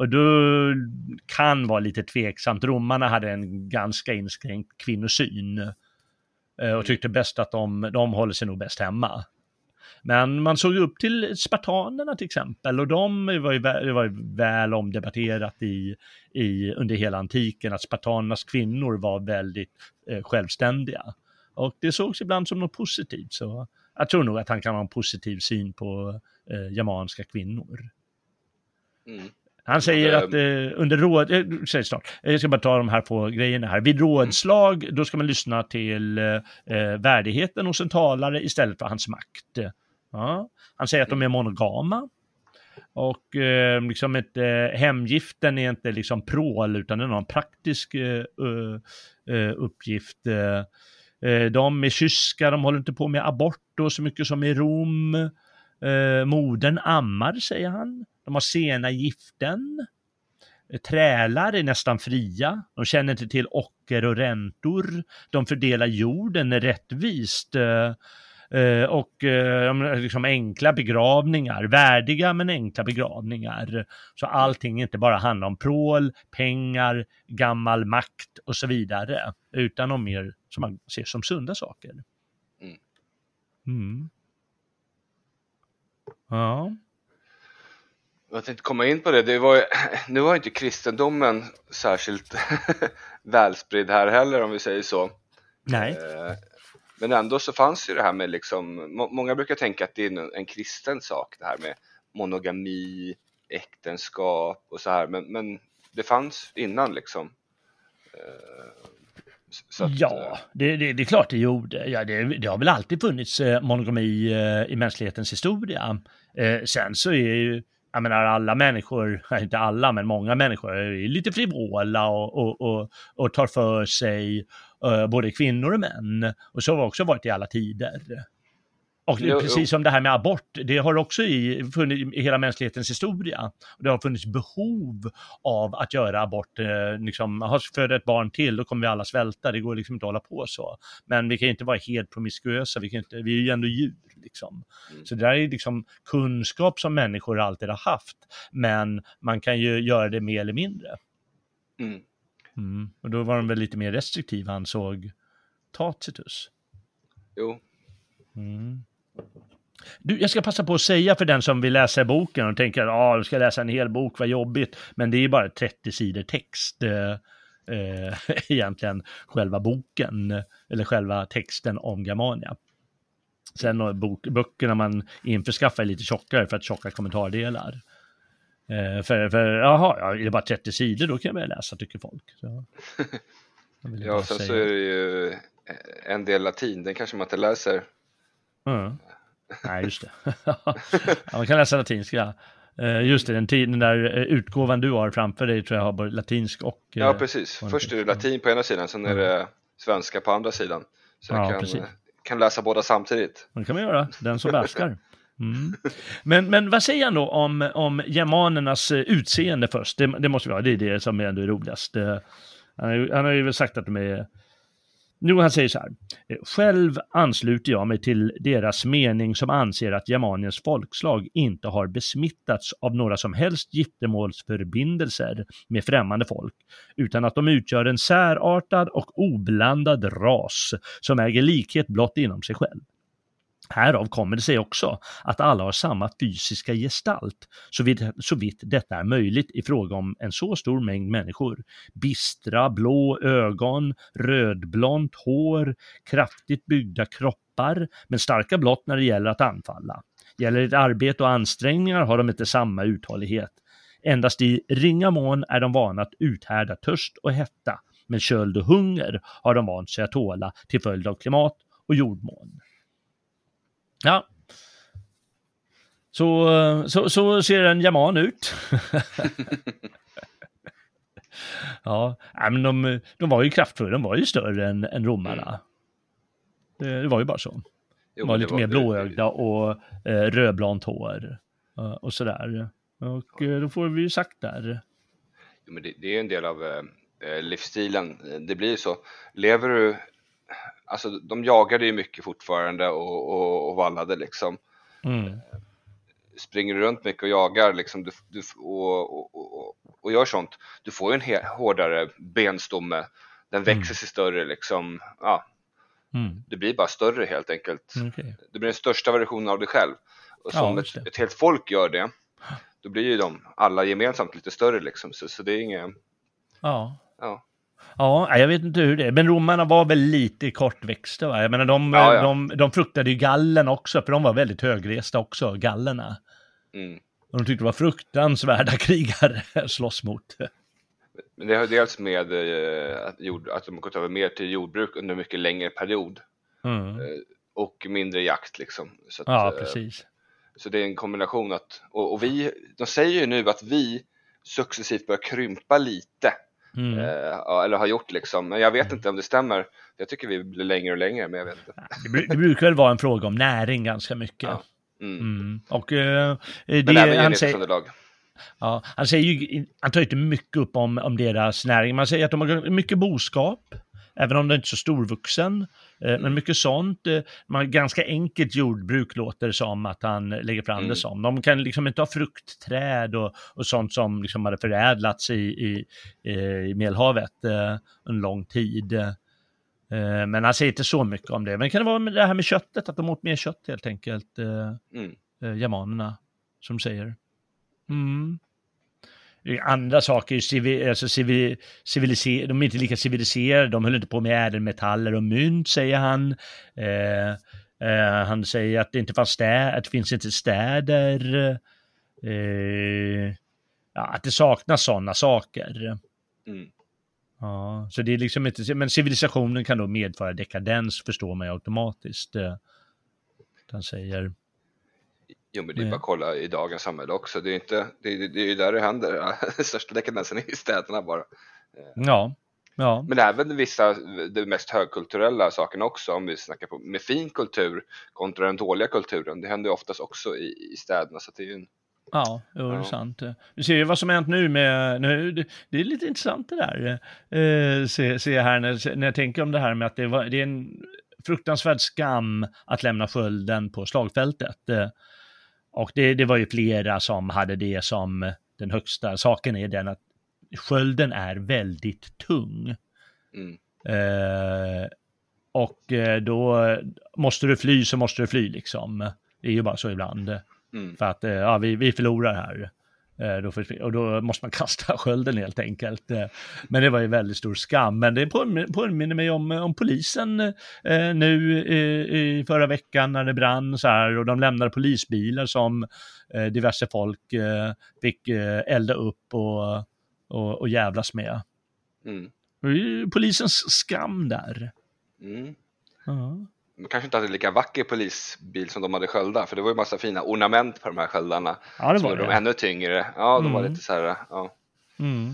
Och då kan vara lite tveksamt. Romarna hade en ganska inskränkt kvinnosyn och tyckte bäst att de, de håller sig nog bäst hemma. Men man såg upp till spartanerna till exempel, och de var ju, det var ju väl omdebatterat i, i, under hela antiken att spartanernas kvinnor var väldigt eh, självständiga. Och det sågs ibland som något positivt, så jag tror nog att han kan ha en positiv syn på eh, germanska kvinnor. Mm. Han säger att eh, under råd, eh, säger snart, jag ska bara ta de här på grejerna här. Vid rådslag, då ska man lyssna till eh, värdigheten hos en talare istället för hans makt. Ja. Han säger att de är monogama. Och eh, liksom ett, eh, hemgiften är inte liksom prål, utan det är någon praktisk eh, uh, uppgift. Eh, de är kyska, de håller inte på med abort och så mycket som i Rom. Eh, modern ammar, säger han. De har sena giften. Trälar är nästan fria. De känner inte till ocker och räntor. De fördelar jorden rättvist. Eh, och eh, liksom enkla begravningar. Värdiga men enkla begravningar. Så allting inte bara handlar om prål, pengar, gammal makt och så vidare. Utan om mer som man ser som sunda saker. Mm. Mm. Ja. Jag tänkte komma in på det. det var, nu var inte kristendomen särskilt välspridd här heller, om vi säger så. Nej. Men ändå så fanns ju det här med liksom, må, många brukar tänka att det är en, en kristen sak, det här med monogami, äktenskap och så här. Men, men det fanns innan liksom. Så att, ja, det, det, det är klart det gjorde. Ja, det, det har väl alltid funnits monogami i mänsklighetens historia. Eh, sen så är ju, jag menar, alla människor, inte alla men många människor är lite frivola och, och, och, och tar för sig uh, både kvinnor och män. Och så har det också varit i alla tider. Och jo, precis jo. som det här med abort, det har också i, funnits i hela mänsklighetens historia. Och det har funnits behov av att göra abort. Eh, liksom, har föda ett barn till, då kommer vi alla svälta. Det går liksom inte att hålla på så. Men vi kan inte vara helt promiskuösa. Vi, kan inte, vi är ju ändå djur. Liksom. Mm. Så det där är liksom kunskap som människor alltid har haft. Men man kan ju göra det mer eller mindre. Mm. Mm. Och då var de väl lite mer restriktiva, ansåg Tacitus. Jo. Mm. Du, jag ska passa på att säga för den som vill läsa boken och tänker att ah, jag ska läsa en hel bok, vad jobbigt. Men det är bara trettio sidor text eh, eh, egentligen, själva boken eller själva texten om Germania. Sen och bok, böckerna man införskaffar är lite tjockare för att tjocka kommentardelar. Eh, för, för jaha, ja, är det bara trettio sidor, då kan jag väl läsa, tycker folk. Så, ja, sen säga. Så är det ju en del latin, den kanske man inte läser. Mm. Nej, just det. Ja, man kan läsa latinska. Just det, den, den där utgåvan du har framför dig tror jag har både latinsk och... Ja, precis. Först är det latin på ena sidan, sen är det svenska på andra sidan. Så jag ja, kan, kan läsa båda samtidigt. Det kan man göra, den som behärskar. Mm. Men, men vad säger han då om, om germanernas utseende först? Det, det måste vi ha, det är det som är ändå roligast. Han, han har ju väl sagt att de är... Nu han säger så här: själv ansluter jag mig till deras mening som anser att Germaniens folkslag inte har besmittats av några som helst giftermålsförbindelser med främmande folk, utan att de utgör en särartad och oblandad ras som äger likhet blott inom sig själv. Härav kommer det sig också att alla har samma fysiska gestalt, så vitt, så vitt detta är möjligt i fråga om en så stor mängd människor. Bistra, blå ögon, rödblont hår, kraftigt byggda kroppar, men starka blott när det gäller att anfalla. Gäller det arbete och ansträngningar har de inte samma uthållighet. Endast i ringa mån är de vana att uthärda törst och hetta, men köld och hunger har de vant sig att tåla till följd av klimat och jordmån. Ja, så, så, så ser en german ut. Ja, men de, de var ju kraftfulla, de var ju större än, än romarna. Det, det var ju bara så. De var lite var, mer blåögda och eh, rödblont hår eh, och sådär. Och eh, då får vi ju sagt där. Jo, men det, det är en del av eh, livsstilen. Det blir så. Lever du... Alltså de jagade ju mycket fortfarande och, och, och vallade liksom. Mm. Springer du runt mycket och jagar liksom, du, du, och, och, och, och gör sånt, du får ju en he- hårdare benstomme. Den växer Mm. sig större liksom. Ja, Mm. det blir bara större helt enkelt. Okay. Det blir den största versionen av dig själv. Och som Ja, ett, ett helt folk gör det, då blir ju de alla gemensamt lite större liksom. Så, så det är inget... Ja. Ja. Ja, jag vet inte hur det är. Men romarna var väl lite kortväxta, va? Jag menar, de, Ja, ja. de, de fruktade ju gallen också, för de var väldigt högresta också, gallerna. Mm. Och de tyckte det var fruktansvärda krigare att slåss mot. Men det har dels med eh, att, jord, att de har gått över mer till jordbruk under en mycket längre period. Mm. Eh, och mindre jakt liksom. Så att, Ja, eh, precis. Så det är en kombination att, och, och vi, de säger ju nu att vi successivt börjar krympa lite. Mm. Eh, eller har gjort liksom. Men jag vet inte om det stämmer. Jag tycker vi blir längre och längre, men jag vet inte. Det, br- det brukar väl vara en fråga om näring ganska mycket. Ja. Mm. Mm. Och eh, det, Men även han, säger, underlag. ja, han säger ju, han tar inte mycket upp om, om deras näring. Man säger att de har mycket boskap, även om det inte är så storvuxen. Eh, Mm. Men mycket sånt. Eh, man har ganska enkelt jordbruk, låter det som att han lägger fram Mm. det som. De kan liksom inte ha fruktträd och, och sånt som liksom hade förädlats i, i, i Medelhavet eh, en lång tid. Eh, Men han säger inte så mycket om det. Men kan det vara med det här med köttet, att de åt mer kött helt enkelt, eh, Mm. eh, germanerna, som säger. Mm. Andra saker, civil, alltså civil, civiliser, de är inte lika civiliserade, de höll inte på med ädelmetaller och mynt, säger han. Eh, eh, han säger att det inte fanns stä, att det finns inte städer, eh, ja, att det saknas sådana saker. Mm. Ja, så det är liksom inte, men civilisationen kan då medföra dekadens, förstår man ju automatiskt. Eh, han säger. Jo, men det är bara att kolla i dagens samhälle också. Det är inte, det, det, det är ju där det händer. Den största dekadensen är i städerna bara. Ja, ja. Men även vissa, de mest högkulturella sakerna också, om vi snackar på med fin kultur kontra den dåliga kulturen. Det händer ju oftast också i, i städerna, så det är ju en... Ja, det är Ja. sant. Du ser ju vad som har hänt nu med, nu, det, det är lite intressant det där, eh, se, se här när, när jag tänker om det här med att det, var, det är en fruktansvärd skam att lämna skölden på slagfältet. Eh, och det, det var ju flera som hade det som den högsta. Saken är den att skölden är väldigt tung. Mm. Eh, och eh, då måste du fly så måste du fly liksom. Det är ju bara så ibland. Mm. För att ja, vi, vi förlorar här. Eh, då för, och då måste man kasta skölden helt enkelt. Eh, men det var ju väldigt stor skam. Men det påminner, påminner mig om, om polisen eh, nu i, i förra veckan när det brann så här. Och de lämnade polisbilar som eh, diverse folk eh, fick eh, elda upp och, och, och jävlas med. Mm. Det är ju polisens skam där. Mm. Ja. De kanske inte hade lika vacker polisbil som de hade sköldar, för det var ju massa fina ornament på de här sköldarna. Ja, det som var gjorde det. dem ännu tyngre. Ja, de Mm. var lite så här, ja. Mm.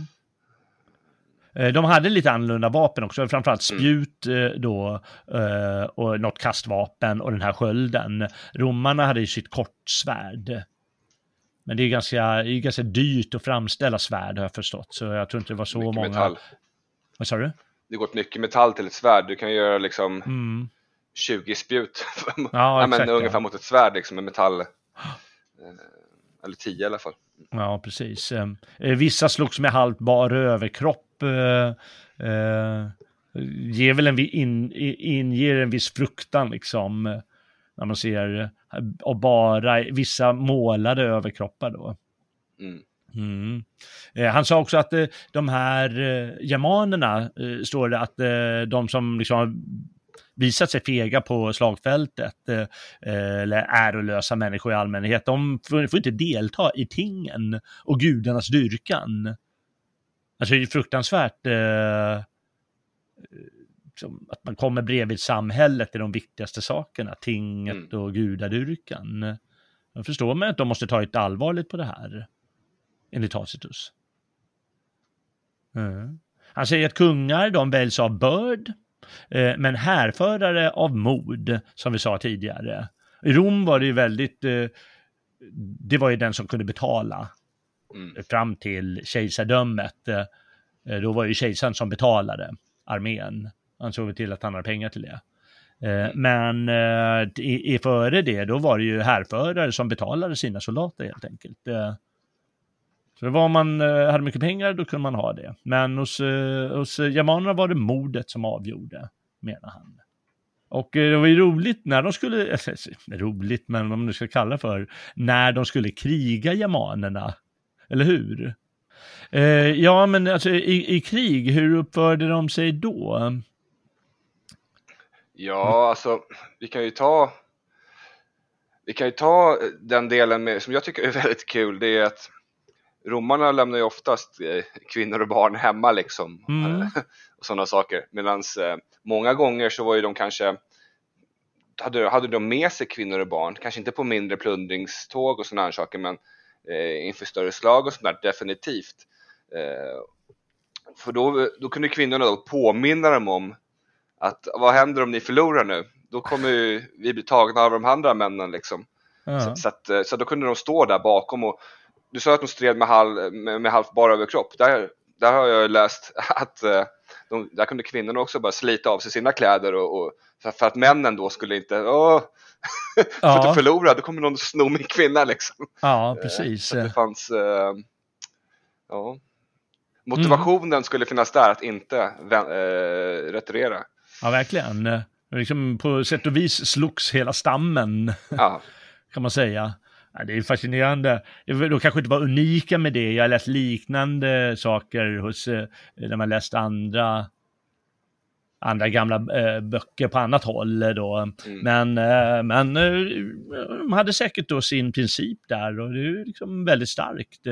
Eh, De hade lite annorlunda vapen också, framförallt spjut eh, då eh, och något kastvapen och den här skölden. Romarna hade ju sitt kortsvärd. Men det är ganska, det är ganska dyrt att framställa svärd, har jag förstått. Så jag tror inte det var så Mycket många. metall. Vad sa du? Det går åt mycket metall till ett svärd. Du kan göra liksom Mm. tjugo spjut. Ja, ja, men exakt, ungefär ja. mot ett svärd liksom, med metall. Eh, eller tio i alla fall. Ja, precis. Eh, Vissa slogs med halvt bar överkropp. Eh, eh, ger väl en, vi- in, inger en viss fruktan liksom. eh, När man ser eh, och bara vissa målade överkroppar då. Mm. Mm. Eh, han sa också att eh, de här eh, germanerna, eh, står det att eh, de som liksom har visat sig fega på slagfältet, eh, eller ärolösa människor i allmänhet, de får, får inte delta i tingen och gudarnas dyrkan. Alltså det är fruktansvärt eh, som att man kommer bredvid samhället i de viktigaste sakerna, tinget Mm. och gudadyrkan. Jag förstår man att de måste ta ett allvarligt på det här, enligt Tacitus. Mm. Han säger att kungar, de väljs av börd, eh, men härförare av mod, som vi sa tidigare. I Rom var det ju väldigt, eh, det var ju den som kunde betala Mm. fram till kejsardömet. Eh, då var ju kejsaren som betalade armén. Han såg till att han hade pengar till det. Eh, men eh, i, i före det, då var det ju härförare som betalade sina soldater helt enkelt. Eh, Så var man hade mycket pengar, då kunde man ha det. Men hos, hos germanerna var det modet som avgjorde, menar han. Och det var ju roligt när de skulle, äh, roligt men vad man nu ska kalla för, när de skulle kriga germanerna, eller hur? Eh, ja, men alltså i, i krig, hur uppförde de sig då? Ja, alltså vi kan ju ta vi kan ju ta den delen med, som jag tycker är väldigt kul, det är att romarna lämnar ju oftast eh, kvinnor och barn hemma liksom, mm. och sådana saker, medan eh, många gånger så var ju de kanske hade, hade de med sig kvinnor och barn, kanske inte på mindre plundringståg och sådana saker, men eh, inför större slag och sådär, definitivt. Eh, för då, då kunde kvinnorna då påminna dem om att vad händer om ni förlorar nu? Då kommer ju vi bli tagna av de andra männen liksom. Ja. Så, så, att, så då kunde de stå där bakom, och du sa att de stred med, halv, med, med halvt bara överkropp. Där, där har jag läst att de, där kunde kvinnorna också bara slita av sig sina kläder och, och för, för att männen då skulle inte åh, för ja. att du förlorar, då kommer någon sno min kvinna liksom. Ja, precis. Så det fanns ja, motivationen mm. skulle finnas där att inte äh, retirera. Ja, verkligen. Liksom på sätt och vis slogs hela stammen, ja. kan man säga. Ja, det är fascinerande. De kanske inte var unika med det. Jag har läst liknande saker hos, när man läst andra, andra gamla äh, böcker på annat håll. Då. Mm. Men, äh, men äh, de hade säkert då sin princip där, och det är liksom väldigt starkt.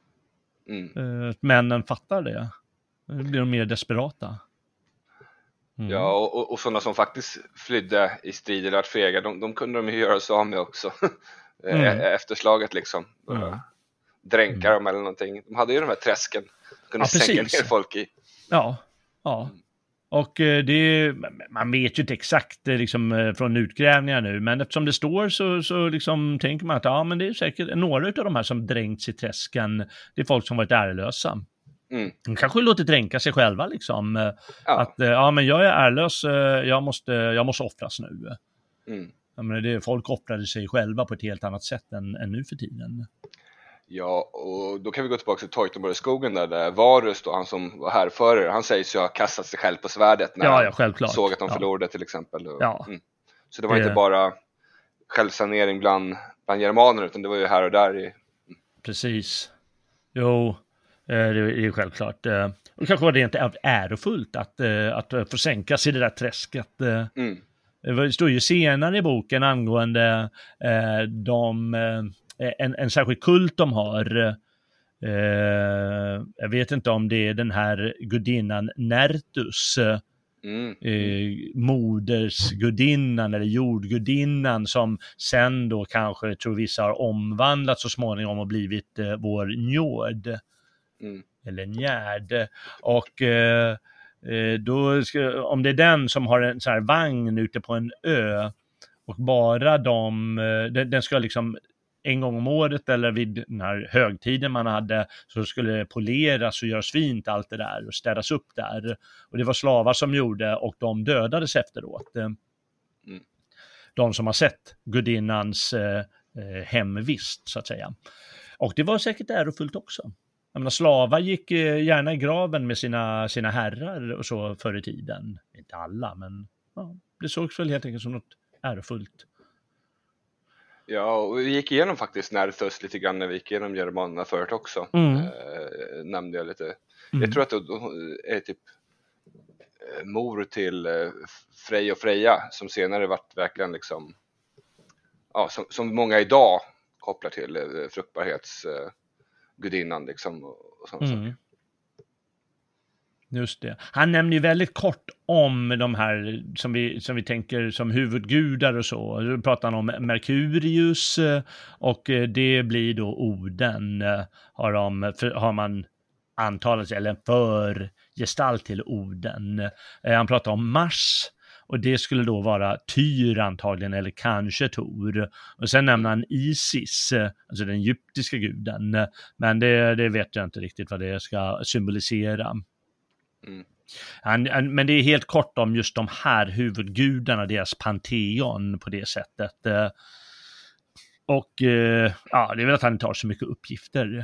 Mm. Äh, männen fattar det. Då blir de mer desperata. Mm. Ja, och, och sådana som faktiskt flydde i strid eller att fega, de, de kunde de ju göra sig av med också. Mm. Efter slaget liksom. Mm. Dränka mm. dem eller någonting. De hade ju de här träsken. De kunde ja, sänka ner folk i. Ja, ja. Och det, man vet ju inte exakt liksom, från utgrävningar nu, men eftersom det står så, så liksom tänker man att ja, men det är säkert några av de här som dränkts i träsken. Det är folk som varit ärlösa. Mm. De kanske låter dränka sig själva liksom. Ja. Att ja, men jag är ärlös, jag måste, jag måste offras nu. Mm. Ja, men det, folk offrade sig själva på ett helt annat sätt än, än nu för tiden. Ja, och då kan vi gå tillbaka till Teutoburg-skogen där, där Varus då, han som var härförare, han sägs ju ha kastat sig själv på svärdet när ja, ja, självklart. han såg att de ja. förlorade till exempel. Ja. Mm. Så det var det... inte bara självsanering bland, bland germaner, utan det var ju här och där. I... Precis. Jo, det är självklart. Och kanske var det inte ärofullt att, att få sänka sig i det där träsket. Mm. Det står ju senare i boken angående eh, de, eh, en, en särskild kult de har. Eh, jag vet inte om det är den här gudinnan Nertus, mm. eh, modersgudinnan eller jordgudinnan, som sen då kanske, tror vissa, har omvandlats så småningom och blivit eh, vår njord. Mm. Eller njärd. Och eh, då ska, om det är den som har en sån här vagn ute på en ö, och bara de, den, den ska liksom en gång om året eller vid den här högtiden man hade, så skulle det poleras och göras fint allt det där och städas upp där, och det var slavar som gjorde, och de dödades efteråt. Mm. De som har sett gudinnans eh, hemvist så att säga. Och det var säkert ärofullt också. Jag menar, slavar gick gärna i graven med sina, sina herrar och så förr i tiden. Inte alla, men ja, det sågs väl helt enkelt som något ärofullt. Ja, och vi gick igenom faktiskt Nerthus lite grann när vi gick igenom germanerna förut också. Mm. Eh, nämnde jag lite. Mm. Jag tror att det är typ mor till Frej och Freja, som senare varit verkligen liksom, ja, som, som många idag kopplar till fruktbarhets... gudinnan liksom, och sånt. Mm. Just det. Han nämner ju väldigt kort om de här som vi, som vi tänker som huvudgudar och så. Då pratar han om Merkurius, och det blir då Oden, har, de, har man antalat sig, eller en förgestalt till Oden. Han pratar om Mars, och det skulle då vara Tyr antagligen, eller kanske Tor. Och sen nämner han Isis, alltså den egyptiska guden. Men det, det vet jag inte riktigt vad det ska symbolisera. Mm. Han, han, men det är helt kort om just de här huvudgudarna, deras panteon på det sättet. Och ja, det är väl att han inte har så mycket uppgifter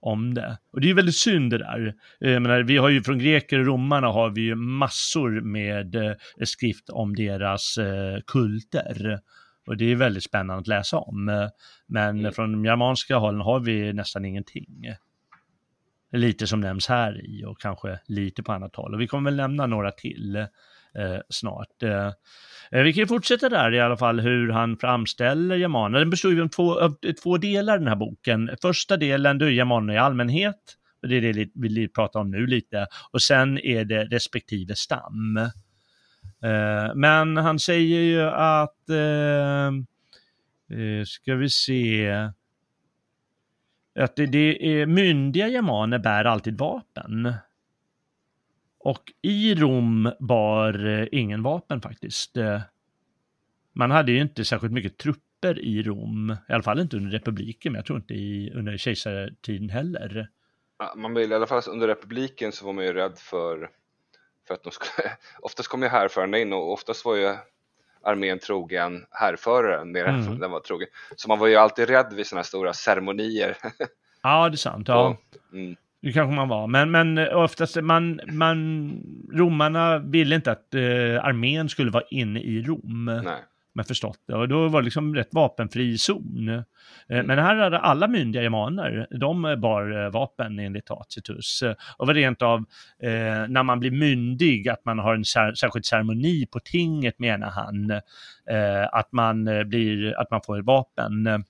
om det. Och det är ju väldigt synd det där. Jag menar, vi har ju från greker och romarna har vi ju massor med eh, skrift om deras eh, kulter. Och det är väldigt spännande att läsa om. Men mm. från de germanska hållen har vi nästan ingenting. Lite som nämns här i och kanske lite på annat håll. Och vi kommer väl nämna några till eh, snart. Eh, vi kan ju fortsätta där i alla fall hur han framställer germaner. Den består ju av två, av två delar den här boken. Första delen då är germaner i allmänhet. Och det är det vi pratar om nu lite. Och sen är det respektive stam. Eh, men han säger ju att eh, eh, ska vi se att det, det är myndiga germaner bär alltid vapen. Och i Rom bar eh, ingen vapen faktiskt. Eh, man hade ju inte särskilt mycket trupper i Rom. I alla fall inte under republiken, men jag tror inte i, under kejsartiden heller. Ja, man vill, i alla fall under republiken så var man ju rädd för, för att de skulle... Oftast kom ju härförarna in och oftast var ju armén trogen härföraren mer än mm. den var trogen. Så man var ju alltid rädd vid sådana stora ceremonier. Ja, det är sant. Ja. Och, mm. Det kanske man var. Men, men oftast, man, man, romarna ville inte att eh, armén skulle vara inne i Rom. Nej. Men förstått det. Och då var det liksom rätt vapenfri zon. Eh, Mm. Men här hade alla myndiga germaner, de bar eh, vapen enligt Tacitus. Eh, och var rent av, eh, när man blir myndig, att man har en sär, särskild ceremoni på tinget, menar han. Eh, att, man, eh, blir, att man får ett vapen. Mm.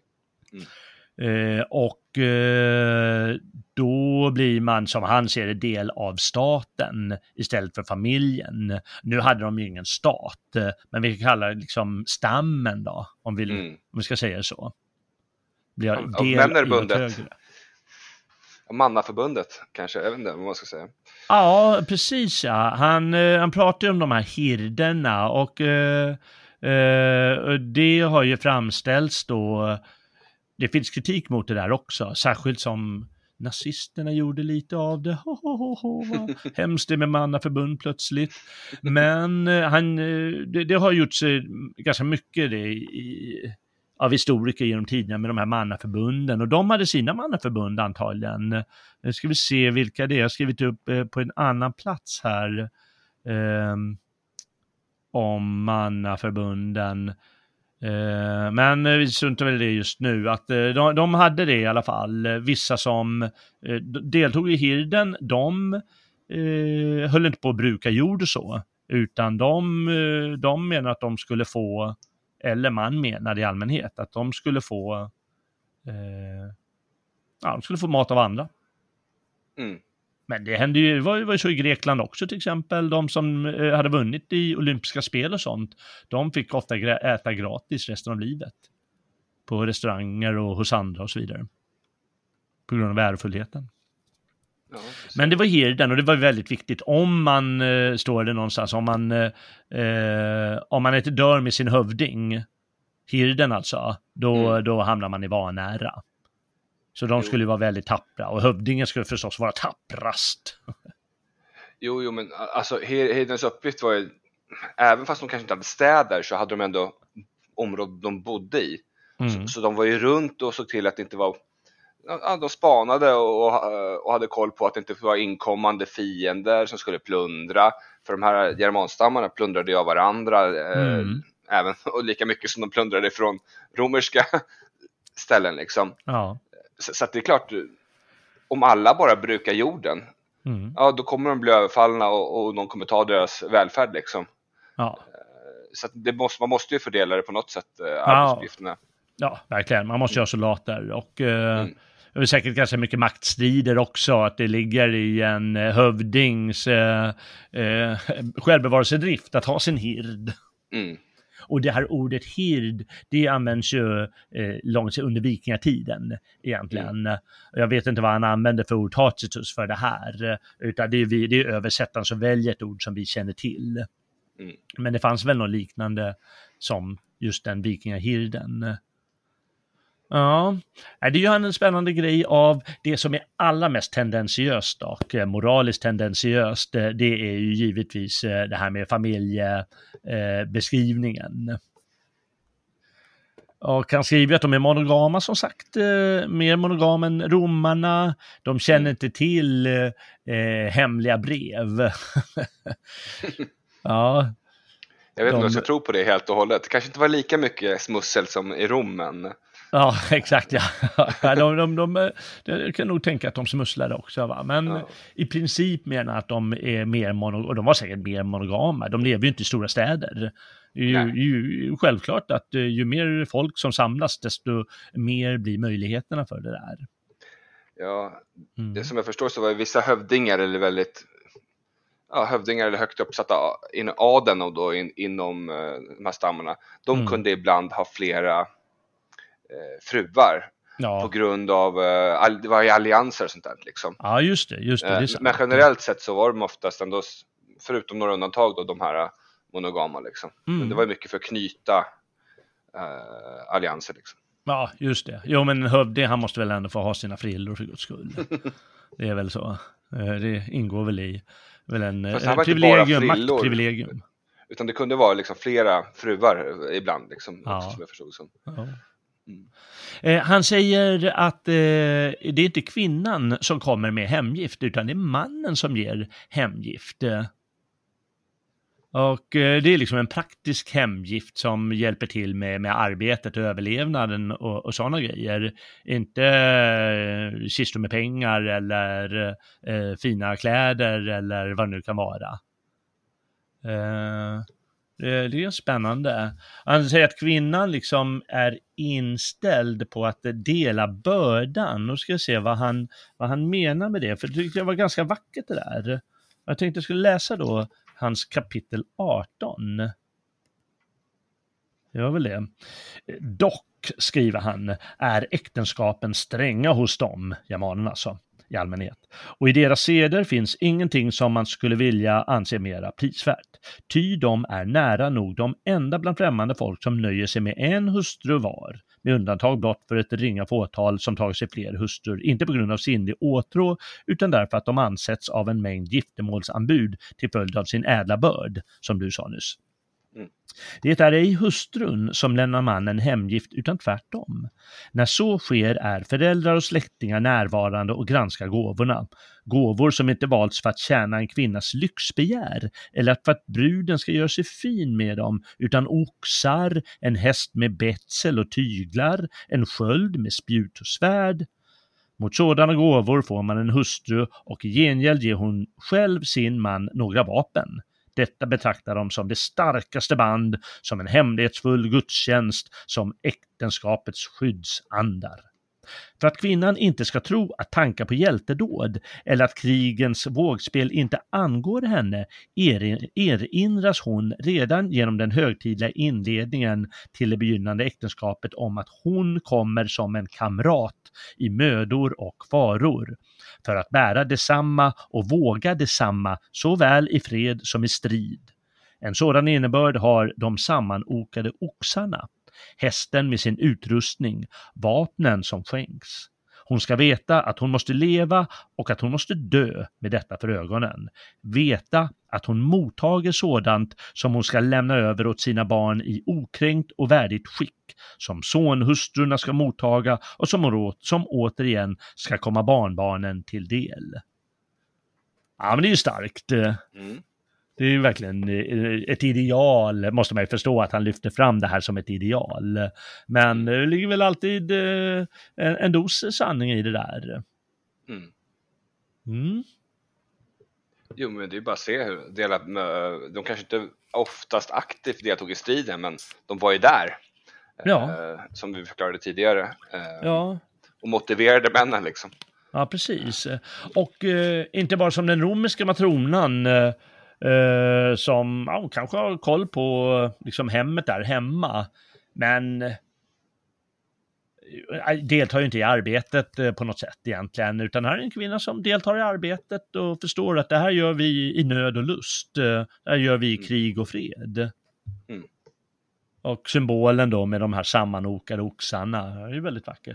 Eh, och eh, då blir man, som han ser det, del av staten istället för familjen. Nu hade de ju ingen stat, eh, men vi kan kalla det liksom stammen då, om vi, mm. om vi ska säga det så. Blir av Männerbundet. Mannaförbundet kanske, jag vet inte vad man ska säga. Ja, precis. Ja. Han, eh, han pratar ju om de här hirderna och eh, eh, det har ju framställts då. Det finns kritik mot det där också, särskilt som nazisterna gjorde lite av det. Ho, ho, ho, ho. Hemskt det med mannaförbund plötsligt. Men han, det, det har gjorts ganska mycket det i, av historiker genom tiderna med de här mannaförbunden. Och de hade sina mannaförbund antagligen. Nu ska vi se vilka det är. Jag har skrivit upp på en annan plats här eh, om mannaförbunden. Uh, men vi struntar väl det just nu att uh, de, de hade det i alla fall. Uh, vissa som uh, deltog i hirden, de uh, höll inte på att bruka jord och så, utan de, uh, de menar att de skulle få, eller man menar i allmänhet att de skulle få uh, ja, de skulle få mat av andra. Mm. Men det hände ju, det var, det var ju så i Grekland också till exempel. De som eh, hade vunnit i olympiska spel och sånt, de fick ofta äta gratis resten av livet. På restauranger och hos andra och så vidare. På grund av värdefullheten. Ja, men det var hirden och det var väldigt viktigt. Om man, eh, står det någonstans, om man, eh, om man inte dör med sin hövding, hirden alltså, då, mm. då hamnar man i vanära. Så de skulle ju vara väldigt tappra. Och hövdingen skulle förstås vara tapprast. Jo, jo men alltså hirdens uppgift var ju, även fast de kanske inte hade städer så hade de ändå områden de bodde i. Mm. Så, så de var ju runt och såg till att det inte var... Ja, de spanade och, och hade koll på att det inte var inkommande fiender som skulle plundra. För de här germanstammarna plundrade ju av varandra. Mm. Eh, även, och lika mycket som de plundrade från romerska ställen liksom. Ja. Så, så att det är klart, om alla bara brukar jorden, mm. ja, då kommer de bli överfallna och, och någon kommer ta deras välfärd liksom. Ja. Så att det måste, man måste ju fördela det på något sätt, arbetsuppgifterna. Ja, verkligen. Man måste ju ha soldater och eh, mm. det är säkert ganska mycket maktstrider också, att det ligger i en hövdings eh, eh, självbevarelsedrift att ha sin hird. Mm. Och det här ordet hird, det används ju eh, långt under vikingatiden egentligen. Mm. Jag vet inte vad han använder för ord Tacitus för det här. Utan det är, vi, det är översättaren som väljer ett ord som vi känner till. Mm. Men det fanns väl något liknande som just den vikingahirden. Ja, det gör en spännande grej av det som är allra mest tendensiöst och moraliskt tendensiöst. Det är ju givetvis det här med familjebeskrivningen. Och han skriver att de är monogama som sagt, eh, mer monogama än romarna. De känner mm. inte till eh, hemliga brev. Ja. Jag vet inte de... om jag ska tro på det helt och hållet. Det kanske inte var lika mycket smussel som i Rom, men... Ja, exakt. Ja. de, de, de, de, de kan nog tänka att de smusslade också. Va? Men ja. I princip menar att de är mer monogama. Och de var säkert mer monogama. De lever ju inte i stora städer. Ju, ju, självklart att ju mer folk som samlas, desto mer blir möjligheterna för det där. Ja, mm. det som jag förstår så var vissa hövdingar eller väldigt ja, hövdingar eller högt uppsatta inom adeln och då in, inom uh, de här stammarna. De mm. kunde ibland ha flera uh, fruar ja. På grund av uh, all, det var allianser och sånt där liksom. Ja, just det, just det, det är sant. Men generellt sett så var de oftast ändå, förutom några undantag då, de här monogama liksom. Mm. Men det var mycket för att knyta uh, allianser liksom. Ja, just det. Jo, men hövding, han måste väl ändå få ha sina frillor för guds skull. Det är väl så. Det ingår väl i väl en privilegium, maktprivilegium. Utan det kunde vara liksom flera fruar ibland liksom, ja. Också, som jag förstod som. Ja. Mm. Eh, han säger att eh, det är inte kvinnan som kommer med hemgift, utan det är mannen som ger hemgift. Och eh, det är liksom en praktisk hemgift som hjälper till med, med arbetet och överlevnaden och, och sådana grejer. Inte eh, kistor med pengar eller eh, fina kläder eller vad det nu kan vara. Eh, det, det är spännande. Han säger att kvinnan liksom är inställd på att dela bördan. Och ska jag se vad han, vad han menar med det. För det tyckte jag var ganska vackert det där. Jag tänkte jag skulle läsa då hans kapitel arton. Det var väl det. Dock, skriver han, är äktenskapen stränga hos dem, germanerna alltså, i allmänhet. Och i deras seder finns ingenting som man skulle vilja anse mera prisvärt. Ty de är nära nog de enda bland främmande folk som nöjer sig med en hustru var, med undantag blott för ett ringa fåtal som tagit sig fler hustrur, inte på grund av sinnlig åtrå, utan därför att de ansetts av en mängd giftermålsanbud till följd av sin ädla börd, som du sa nyss. Mm. Det är ej hustrun som lämnar mannen hemgift, utan tvärtom. När så sker är föräldrar och släktingar närvarande och granskar gåvorna. Gåvor som inte valts för att tjäna en kvinnas lyxbegär eller för att bruden ska göra sig fin med dem, utan oxar, en häst med betsel och tyglar, en sköld med spjut och svärd. Mot sådana gåvor får man en hustru och i gengäld ger hon själv sin man några vapen. Detta betraktar de som det starkaste band, som en hemlighetsfull gudstjänst, som äktenskapets skyddsandar. För att kvinnan inte ska tro att tankar på hjältedåd eller att krigens vågspel inte angår henne, erinras hon redan genom den högtidliga inledningen till det begynnande äktenskapet om att hon kommer som en kamrat i mödor och faror, för att bära detsamma och våga detsamma såväl i fred som i strid. En sådan innebörd har de sammanokade oxarna, hästen med sin utrustning, vapnen som skänks. Hon ska veta att hon måste leva och att hon måste dö med detta för ögonen. Veta att hon mottager sådant som hon ska lämna över åt sina barn i okränkt och värdigt skick, som sonhustrurna ska mottaga och som, som återigen ska komma barnbarnen till del. Ja, men det är ju starkt. Mm. Det är ju verkligen ett ideal, måste man ju förstå att han lyfter fram det här som ett ideal. Men det ligger väl alltid en, en dos sanning i det där. Mm. Mm. Jo, men det är bara att se hur dela, de kanske inte oftast aktivt deltog i striden, men de var ju där. Ja. Eh, som vi förklarade tidigare. Eh, ja. Och motiverade männen liksom. Ja, precis. Och eh, inte bara som den romerska matronan eh, Uh, som ja, kanske har koll på liksom hemmet där hemma, men uh, deltar ju inte i arbetet uh, på något sätt egentligen, utan här är en kvinna som deltar i arbetet och förstår att det här gör vi i nöd och lust, uh, det här gör vi i krig och fred. Mm. Och symbolen då med de här sammanokade oxarna är ju väldigt vackert.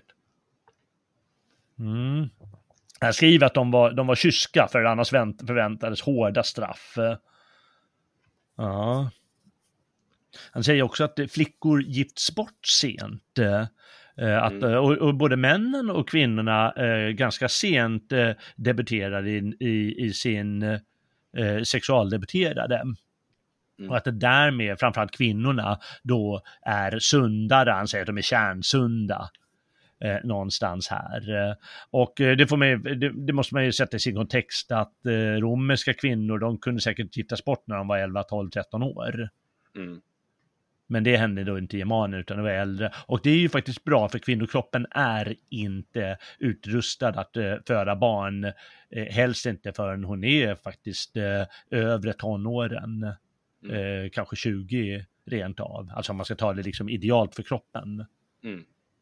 Mm. Jag skriver att de var, de var kyska, för annars vänt, förväntades hårda straff. Ja. Han säger också att flickor gifts bort sent. Att, mm. och, och både männen och kvinnorna eh, ganska sent eh, debuterar i, i, i sin eh, sexualdebuterade. Mm. Och att det därmed, framförallt kvinnorna, då är sundare. Han säger att de är kärnsunda eh, någonstans här. Och eh, det, får man, det, det måste man ju sätta i sin kontext att eh, romerska kvinnor, de kunde säkert giftas bort när de var elva, tolv, tretton år. Mm. Men det hände då inte i Germanen utan det var äldre. Och det är ju faktiskt bra för kvinnokroppen är inte utrustad att uh, föda barn. Uh, helst inte förrän hon är faktiskt uh, övre tonåren. Mm. Uh, kanske tjugo rent av. Alltså om man ska ta det liksom idealt för kroppen. Mm.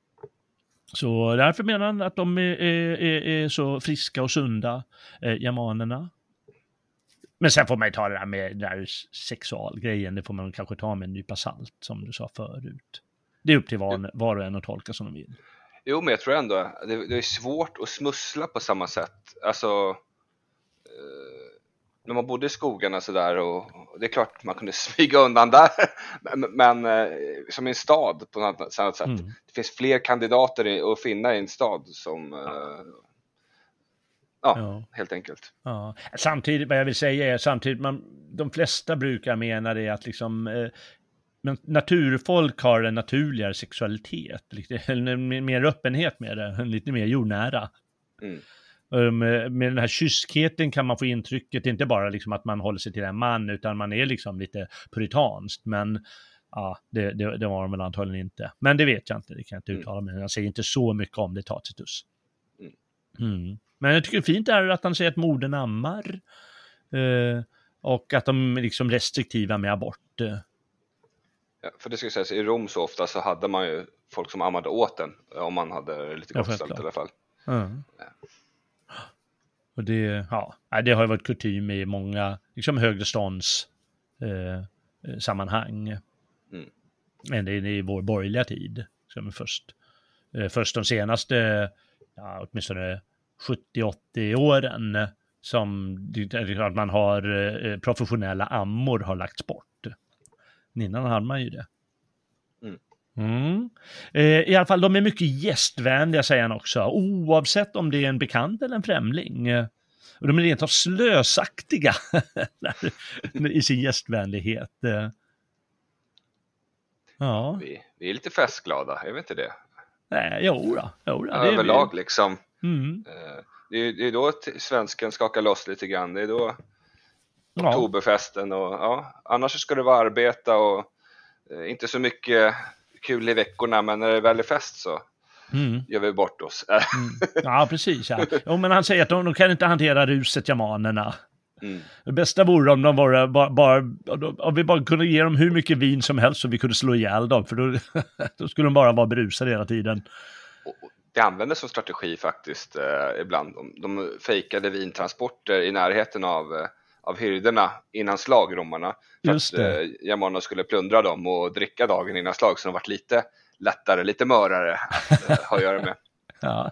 Så därför menar han att de är, är, är så friska och sunda, uh, germanerna. Men sen får man ju ta det där med den där sexualgrejen, det får man kanske ta med en nypa salt som du sa förut. Det är upp till var, var och en att tolka som de vill. Jo, men jag tror ändå det, det är svårt att smussla på samma sätt. Alltså, eh, när man bodde i skogarna så där och, och det är klart man kunde smyga undan där. men men eh, som i en stad på något annat sätt. Mm. Det finns fler kandidater i, att finna i en stad som... Eh, Ja, ja, helt enkelt. Ja. Samtidigt, vad jag vill säga är samtidigt, man, de flesta brukar mena det att liksom, eh, men naturfolk har en naturligare sexualitet, lite, mer öppenhet med det, lite mer jordnära. Mm. Um, med den här kyskheten kan man få intrycket, inte bara liksom att man håller sig till en man, utan man är liksom lite puritanskt, men ja, det, det, det var de väl antagligen inte. Men det vet jag inte, det kan jag inte uttala mig. Jag säger inte så mycket om det, Tacitus. Mm. Men jag tycker det är fint är att han säger att modern ammar eh, och att de är liksom restriktiva med abort. Eh. Ja, för det ska sägas, i Rom så ofta så hade man ju folk som ammade åt den, om man hade lite gott ställt i alla fall. Mm. Ja. Och det, ja, det har ju varit kutym i många liksom högre stånds eh, sammanhang. Mm. Men det är i vår borgerliga tid som är först. Eh, först de senaste, ja, åtminstone sjuttio åttio åren som att man har eh, professionella ammor har lagts bort. Innan hade man ju det. Mm. Mm. Eh, I alla fall, de är mycket gästvänliga, säger han också. Oavsett om det är en bekant eller en främling. Och de är rent av slösaktiga i sin gästvänlighet. Ja. Vi, vi är lite festglada, är vi inte det? Nej, jo då. Jo då, ja, det överlag vi. liksom. Mm. Det är, det är då svensken skakar loss lite grann. Det är då ja. Oktoberfesten och ja, annars ska det vara arbeta och eh, inte så mycket kul i veckorna, men när det väl är fest så mm. gör vi bort oss. mm. Ja, precis. Ja. Jo, men han säger att de, de kan inte hantera ruset, germanerna. Mm. Det bästa vore om de var bara, bara om vi bara kunde ge dem hur mycket vin som helst så vi kunde slå ihjäl dem, för då, då skulle de bara vara berusade hela tiden. Det användes som strategi faktiskt eh, ibland. De, de fejkade vintransporter i närheten av, eh, av hyrderna innan slag, romarna. För Just att eh, germanerna skulle plundra dem och dricka dagen innan slag, så de varit lite lättare, lite mörare att eh, ha att göra med. Ja.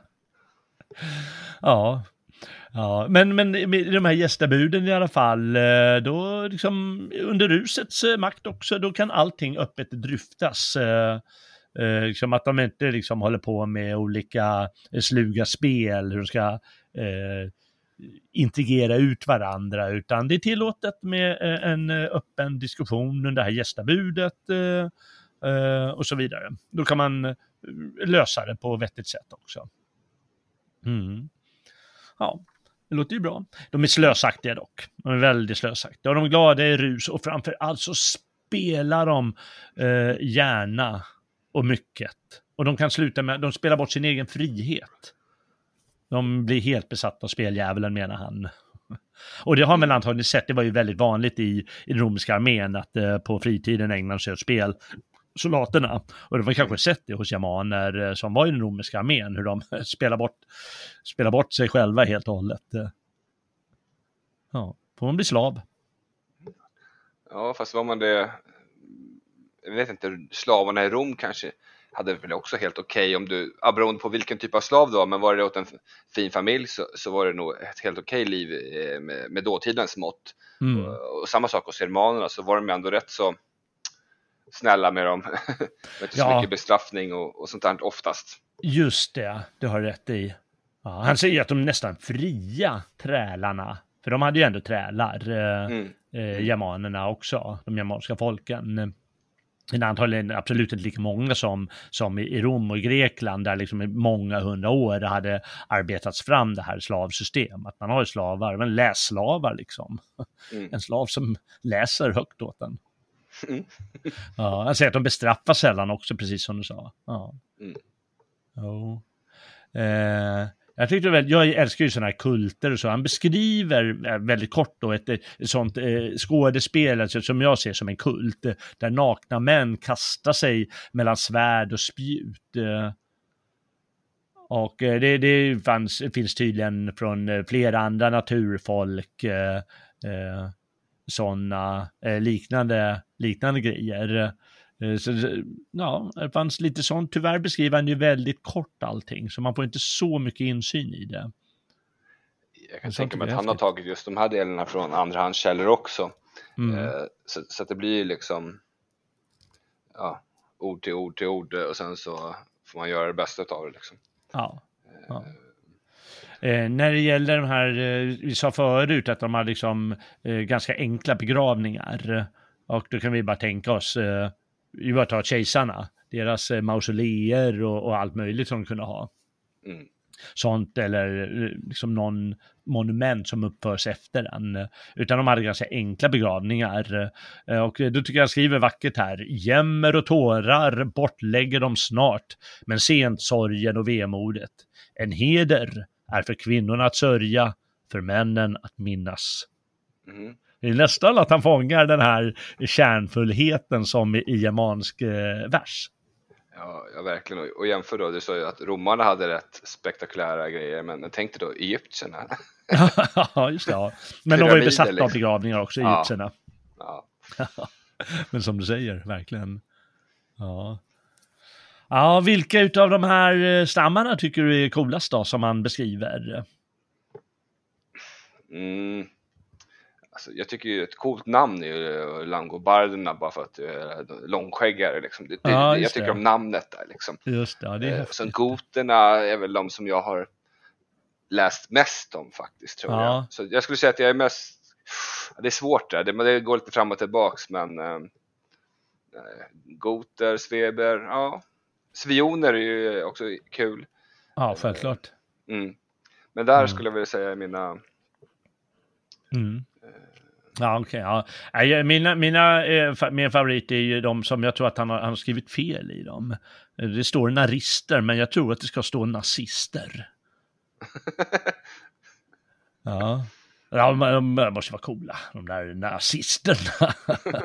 Ja. Ja, men, men med de här gästabuden i alla fall, då liksom under rusets makt också, då kan allting öppet dryftas. Eh, eh, liksom att de inte liksom håller på med olika sluga spel, hur de ska eh, integrera ut varandra, utan det är tillåtet med en öppen diskussion under det här gästabudet eh, eh, och så vidare. Då kan man lösa det på vettigt sätt också. Mm. Ja. Det låter ju bra. De är slösaktiga dock. De är väldigt slösaktiga. Och de är glada i rus. Och framför allt så spelar de eh, gärna och mycket. Och de kan sluta med, de spelar bort sin egen frihet. De blir helt besatta av speldjävulen, menar han. Och det har man antagligen sett. Det var ju väldigt vanligt i, i den romerska armén att eh, på fritiden ägna sig åt spel. Soldaterna. Och det var kanske sett det hos germaner som var i den romerska armén, hur de spelar bort, spelar bort sig själva helt och hållet. Ja, får man bli slav. Ja, fast var man det, jag vet inte, slavarna i Rom kanske hade väl också helt okej okay om du, beroende på vilken typ av slav du var, men var det åt en fin familj så, så var det nog ett helt okej okay liv med, med dåtidens mått. Mm. Och, och samma sak hos germanerna, så var de ändå rätt så snälla med dem. Inte så Ja. mycket bestraffning och, och sånt där oftast. Just det, det har rätt i. Ja, han säger att de nästan fria trälarna, för de hade ju ändå trälar, eh, Mm. eh, germanerna också, de germanska folken. Men antagligen absolut inte lika många som, som i Rom och i Grekland, där liksom i många hundra år hade arbetats fram det här slavsystem. Att man har ju slavar, men lässlavar liksom. Mm. En slav som läser högt åt den. Mm. Ja, jag säger att de bestraffar sällan också, precis som du sa. Ja. Mm. Oh. Eh, jag tyckte väl, jag älskar ju sådana här kulter och så. Han beskriver eh, väldigt kort då ett, ett sånt eh, skådespel, alltså, som jag ser som en kult, eh, där nakna män kastar sig mellan svärd och spjut. Eh, och eh, det, det fanns, finns tydligen från eh, flera andra naturfolk, eh, eh, sådana eh, liknande, liknande grejer. Så, ja, det fanns lite sånt. Tyvärr beskriver han ju väldigt kort allting, så man får inte så mycket insyn i det. Jag kan tänka mig att han har tagit just de här delarna från andrahandskällor också. Mm. Eh, så, så att det blir liksom ja, ord till ord till ord, och sen så får man göra det bästa av det liksom. Ja. ja. Eh, när det gäller de här, eh, vi sa förut att de har liksom eh, ganska enkla begravningar, och då kan vi bara tänka oss eh, vi bara tar kejsarna, deras eh, mausoleer och, och allt möjligt som de kunde ha. Mm. Sånt, eller liksom någon monument som uppförs efter den. Utan de hade ganska enkla begravningar. Och då tycker jag skriver vackert här: jämmer och tårar bortlägger de snart, men sent sorgen och vemodet. En heder är för kvinnorna att sörja, för männen att minnas. Mm. Det är nästan att han fångar den här kärnfullheten som i germansk eh, vers. Ja, ja, verkligen. Och jämför då, du sa ju att romarna hade rätt spektakulära grejer, men tänk dig då egyptierna. Ja, just det. Ja. Men de var ju besatta liksom. av begravningar också, egyptierna. Ja. Ja. Men som du säger, verkligen. Ja. Ja, vilka utav de här stammarna tycker du är coolast då, som man beskriver? Mm. Alltså, jag tycker ju ett coolt namn är ju langobarderna, bara för att du är långskäggare liksom. Det, ja, jag tycker det. om namnet där liksom. Just det, ja, det är eh, Sen goterna är väl de som jag har läst mest om faktiskt, tror ja. jag. Så jag skulle säga att jag är mest, det är svårt där, det, det går lite fram och tillbaks, men eh, goter, sveber, ja. Svioner är ju också kul. Ja, självklart. Mm. Men där mm. skulle jag vilja säga mina mm. Ja, okej. Okay, ja. Mina, mina, eh, min favorit är ju de som jag tror att han har, han har skrivit fel i dem. Det står narister, men jag tror att det ska stå nazister. Ja. Ja, de, de måste vara coola, de där nazisterna.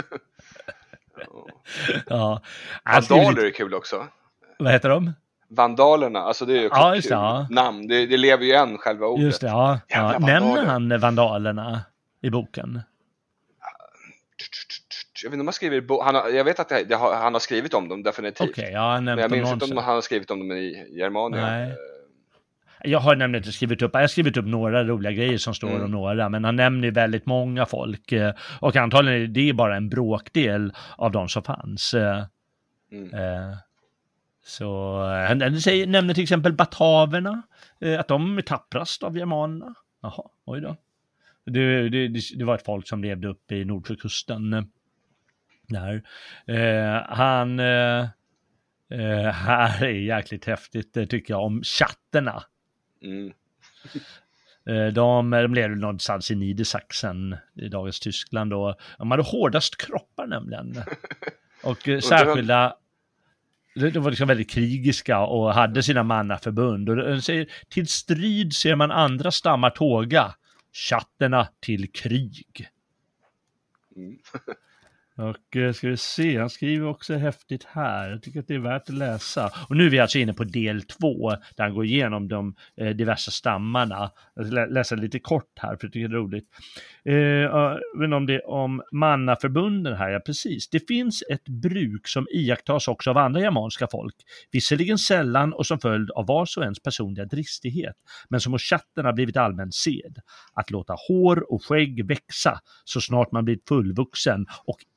Ja. Vandaler är kul också. Vad heter de? Vandalerna, alltså det är ju ja, kul det, ja. namn. Det, det lever ju än, själva ordet. Just det, ja. ja. Nämner han vandalerna i boken? Jag vet inte om han skriver i bo- han har, jag vet att det, det har, han har skrivit om dem definitivt. Okay, ja, han men jag minns inte om han har skrivit om dem i Germania. Nej. Jag har nämligen inte skrivit upp, jag har skrivit upp några roliga grejer som står mm. om några, men han nämner väldigt många folk, och antagligen är det bara en bråkdel av de som fanns. Mm. Så han säger, nämner till exempel bataverna, att de är tapprast av germanerna. Jaha, oj då. Det, det, det var ett folk som levde uppe i Nordsjökusten. Där. Eh, han eh, här är jäkligt häftigt, tycker jag, om chatterna. Mm. eh, de, de levde någonstans i Niedersachsen i dagens Tyskland, och de hade hårdast kroppar nämligen. Och eh, särskilda de var liksom väldigt krigiska och hade sina mannaförbund. Och de säger, till strid ser man andra stammar tåga, chatterna till krig. Mm. Och ska vi se, han skriver också häftigt här. Jag tycker att det är värt att läsa. Och nu är vi alltså inne på del två, där han går igenom de eh, diverse stammarna. Jag ska läsa lite kort här, för jag tycker det är roligt. Eh, men om det om mannaförbunden här, ja precis. Det finns ett bruk som iakttas också av andra germanska folk. Visserligen sällan och som följd av vars och ens personliga dristighet. Men som hos chatterna blivit allmän sed. Att låta hår och skägg växa så snart man blir fullvuxen och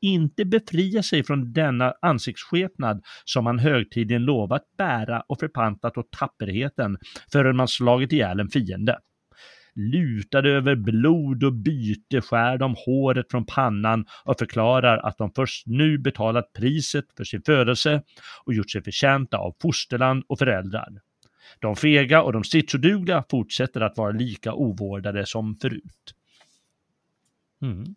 inte befria sig från denna ansiktsskepnad som man högtidligen lovat bära och förpantat åt tapperheten förrän man slagit ihjäl en fiende. Lutade över blod och byte skär de håret från pannan och förklarar att de först nu betalat priset för sin födelse och gjort sig förtjänta av fosterland och föräldrar. De fega och de stridsodugla fortsätter att vara lika ovårdade som förut. Mm.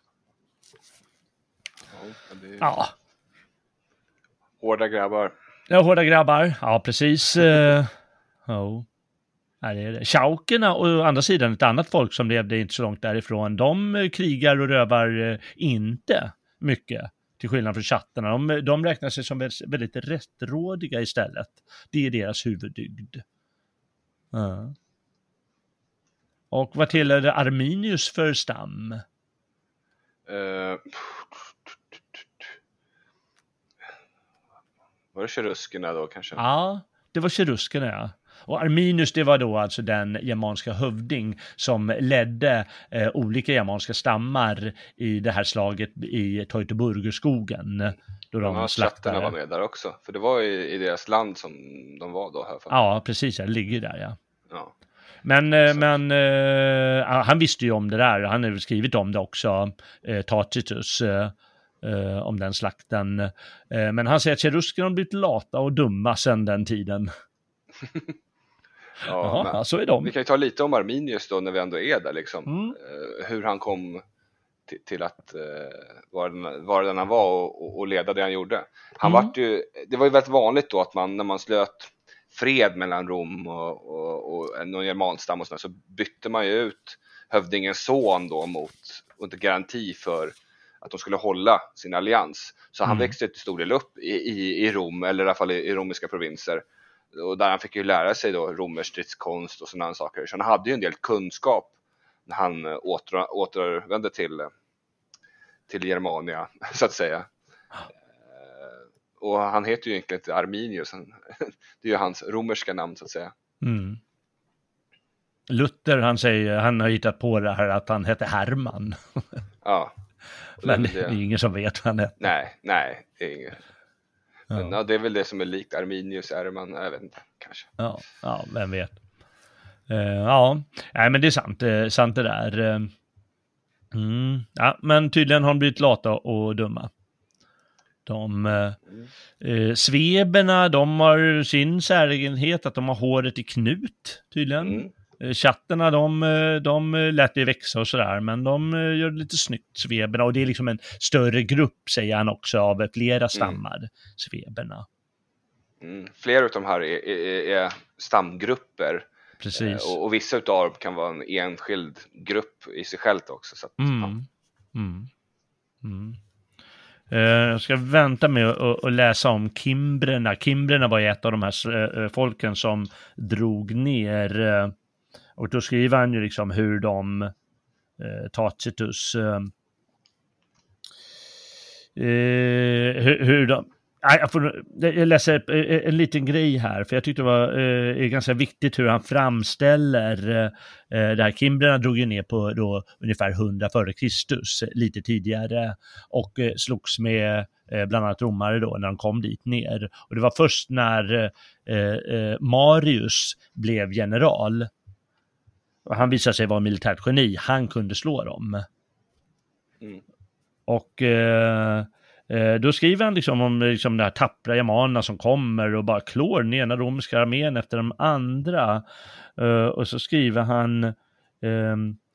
Ja, det är... ja. Hårda grabbar. Ja, hårda grabbar. Ja, precis. Uh, oh. Ja, det är det. Chaukerna å andra sidan, ett annat folk som levde inte så långt därifrån, de krigar och rövar inte mycket, till skillnad från chattarna. De, de räknar sig som väldigt rättrådiga istället. Det är deras huvuddygd. Ja. Och vad tillhör Arminius för stam? Uh, var det cheruskerna då kanske? Ja, det var cheruskerna, ja. Och Arminius, det var då alltså den germanska hövding som ledde eh, olika germanska stammar i det här slaget i Teutoburgerskogen. Då de ja, slaktade. Var med där också, för det var i, i deras land som de var då. Här för. Ja, precis, det ligger där, ja. Ja. Men, eh, men eh, han visste ju om det där, han har skrivit om det också, eh, Tacitus, eh, eh, om den slakten. Eh, men han säger att cheruskerna har blivit lata och dumma sedan den tiden. Ja, Jaha, så är de. Vi kan ju ta lite om Arminius då när vi ändå är där liksom. Mm. Uh, hur han kom till, till att uh, vara, den, vara den han var och, och leda det han gjorde. Han Mm. vart ju, det var ju väldigt vanligt då att man när man slöt fred mellan Rom och, och, och någon germanstam och sådär, så bytte man ju ut hövdingens son då mot under garanti för att de skulle hålla sin allians. Så han mm. växte till stor del upp i, i, i Rom, eller i alla fall i, i romerska provinser. Och där han fick ju lära sig då romersk stridskonst och sådana saker. Så han hade ju en del kunskap när han åter, återvände till, till Germania, så att säga. Och han heter ju egentligen inte Arminius. Det är ju hans romerska namn, så att säga. Mm. Luther, han säger, han har hittat på det här att han heter Herman. Ja. Men det är ingen som vet vad han heter. Nej, nej, det är inget. Men ja. Ja, det är väl det som är likt Arminius, Herman, jag vet inte, kanske. Ja, ja, vem vet. Uh, ja, nej, men det är sant, det är sant det där. Uh, mm. Ja, men tydligen har de blivit lata och dumma. De uh, uh, sveberna, de har sin säregenhet att de har håret i knut, tydligen. Mm. Chatterna, de, de lät det växa och sådär, men de gör det lite snyggt, sveberna, och det är liksom en större grupp, säger han också, av flera stammar, mm. sveberna. Mm. Flera av de här är, är, är stamgrupper. Precis. Och, och vissa utav dem kan vara en enskild grupp i sig självt också. Så att, mm. Ja. Mm. Mm. Uh, jag ska vänta med att, att läsa om kimbrerna. Kimbrerna var ett av de här uh, folken som drog ner... Uh, Och då skriver han ju liksom hur de eh, Tacitus eh, eh, hur, hur de nej, jag, får, jag läser en, en liten grej här, för jag tyckte det var eh, ganska viktigt hur han framställer eh, det här. Kimbrerna drog ju ner på då ungefär hundra före Kristus, lite tidigare, och eh, slogs med eh, bland annat romare då när de kom dit ner. Och det var först när eh, eh, Marius blev general, och han visade sig vara militärt geni, han kunde slå dem. Mm. Och eh, då skriver han liksom om liksom de här tappra germanerna som kommer och bara klår den ena romerska armén efter de andra. Eh, och så skriver han eh,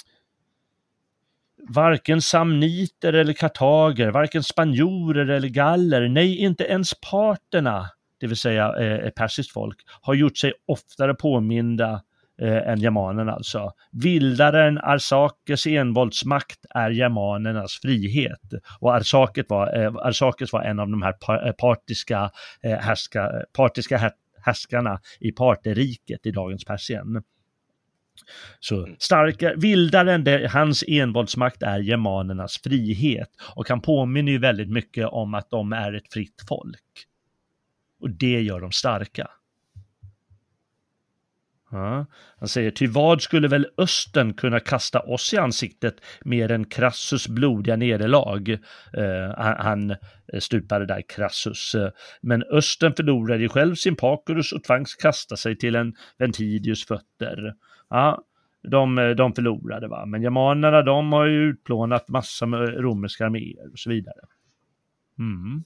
varken samniter eller kartager, varken spanjorer eller galler, nej, inte ens parterna, det vill säga eh, persiskt folk, har gjort sig oftare påminda Eh, än germanen alltså. Vildaren Arsakes envåldsmakt är germanernas frihet. Och Arsaket var, eh, Arsakes var en av de här par, partiska, eh, härska, partiska här, härskarna i parteriket i dagens Persien. Så starka, vildaren, det, hans envåldsmakt är germanernas frihet. Och han påminner ju väldigt mycket om att de är ett fritt folk. Och det gör dem starka. Ja. Han säger, ty vad skulle väl Östern kunna kasta oss i ansiktet mer än Crassus blodiga nederlag? Uh, han, han stupade där, Crassus. Uh, men Östern förlorade ju själv sin Pacorus och tvangs kasta sig till en Ventidius fötter. Ja, de, de förlorade, va? Men germanerna, de har ju utplånat massa med romerska arméer och så vidare. Mm.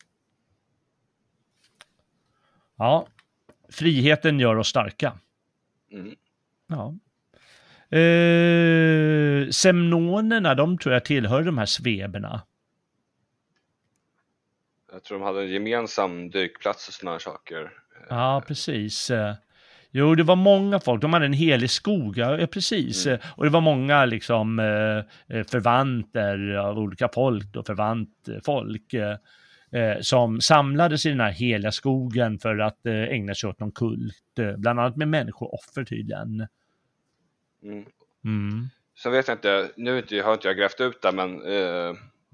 Ja, friheten gör oss starka. Mm. Ja. Eh, semnonerna, de tror jag tillhör de här sveberna. Jag tror de hade en gemensam dykplats och såna här saker. Ja, precis. Jo, det var många folk. De hade en helig skog, ja, precis. Mm. Och det var många liksom förvanter av olika folk och förvant folk som samlades i den här heliga skogen för att ägna sig åt någon kult. Bland annat med människooffer tydligen. Mm. Mm. Så vet jag inte, nu inte, har inte jag grävt ut det, men eh,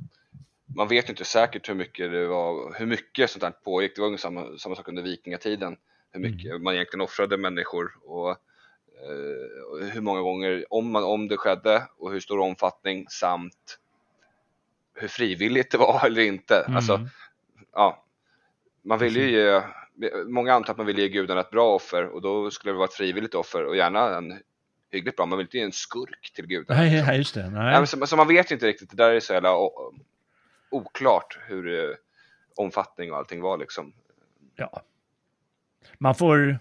man vet inte säkert hur mycket det var, hur mycket sånt här pågick. Det var ju samma, samma sak under vikingatiden. Hur mycket mm. man egentligen offrade människor och, eh, och hur många gånger, om, man, om det skedde och hur stor omfattning samt hur frivilligt det var eller inte. Mm. Alltså, ja, man vill ju ge, många antar att man vill ge gudarna ett bra offer och då skulle det vara ett frivilligt offer och gärna en hyggligt bra. Man vill inte ge en skurk till gudarna. Nej, liksom. Just det. Nej. Nej, men så, så man vet inte riktigt, det där är så jävla o, oklart hur eh, omfattning och allting var liksom. Ja. Man får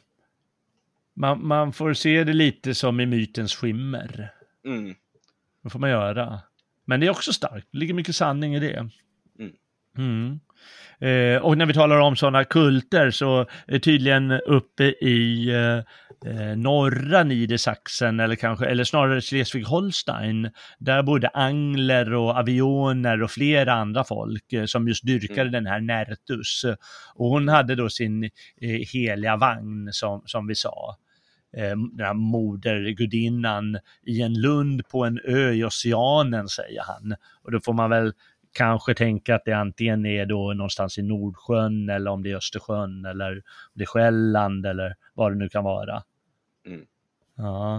man, man får se det lite som i mytens skimmer. Mm. Det får man göra. Men det är också starkt. Det ligger mycket sanning i det. Mm. Mm. Eh, och när vi talar om sådana kulter så är tydligen uppe i eh, norra Niedersachsen eller kanske eller snarare Schleswig-Holstein, där bodde angler och avioner och flera andra folk eh, som just dyrkade mm. den här Nertus. Och hon hade då sin eh, heliga vagn som, som vi sa. Den här modergudinnan i en lund på en ö i oceanen, säger han. Och då får man väl kanske tänka att det antingen är då någonstans i Nordsjön eller om det är Östersjön eller om det är Själland eller vad det nu kan vara. Mm. Ja.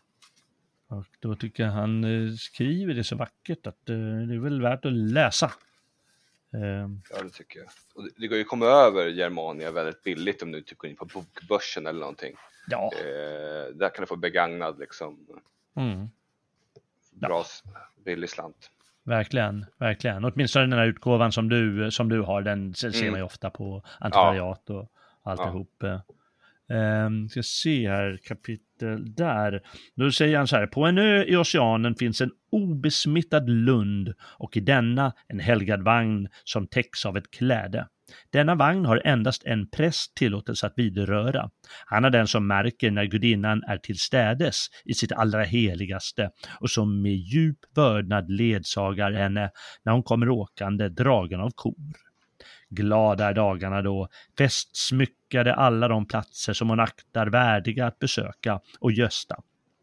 Och då tycker jag han skriver det så vackert att det är väl värt att läsa. Ja, det tycker jag. Och det går ju att komma över Germania väldigt billigt om du typ går in på bokbörsen eller någonting. Ja. Eh, där kan du få begagnad liksom. Mm. Bra, ja. Billig slant. Verkligen, verkligen. Åtminstone den här utgåvan som du, som du har, den ser mm. man ju ofta på antikvariat ja. och alltihop. Ja. Um, ska se här, kapitel där. Då säger han så här: på en ö i oceanen finns en obesmittad lund och i denna en helgad vagn som täcks av ett kläde. Denna vagn har endast en präst tillåtelse att vidröra. Han är den som märker när gudinnan är tillstädes i sitt allra heligaste och som med djup vördnad ledsagar henne när hon kommer åkande dragen av kor. Glada är dagarna då, festsmyckade alla de platser som hon aktar värdiga att besöka och gösta.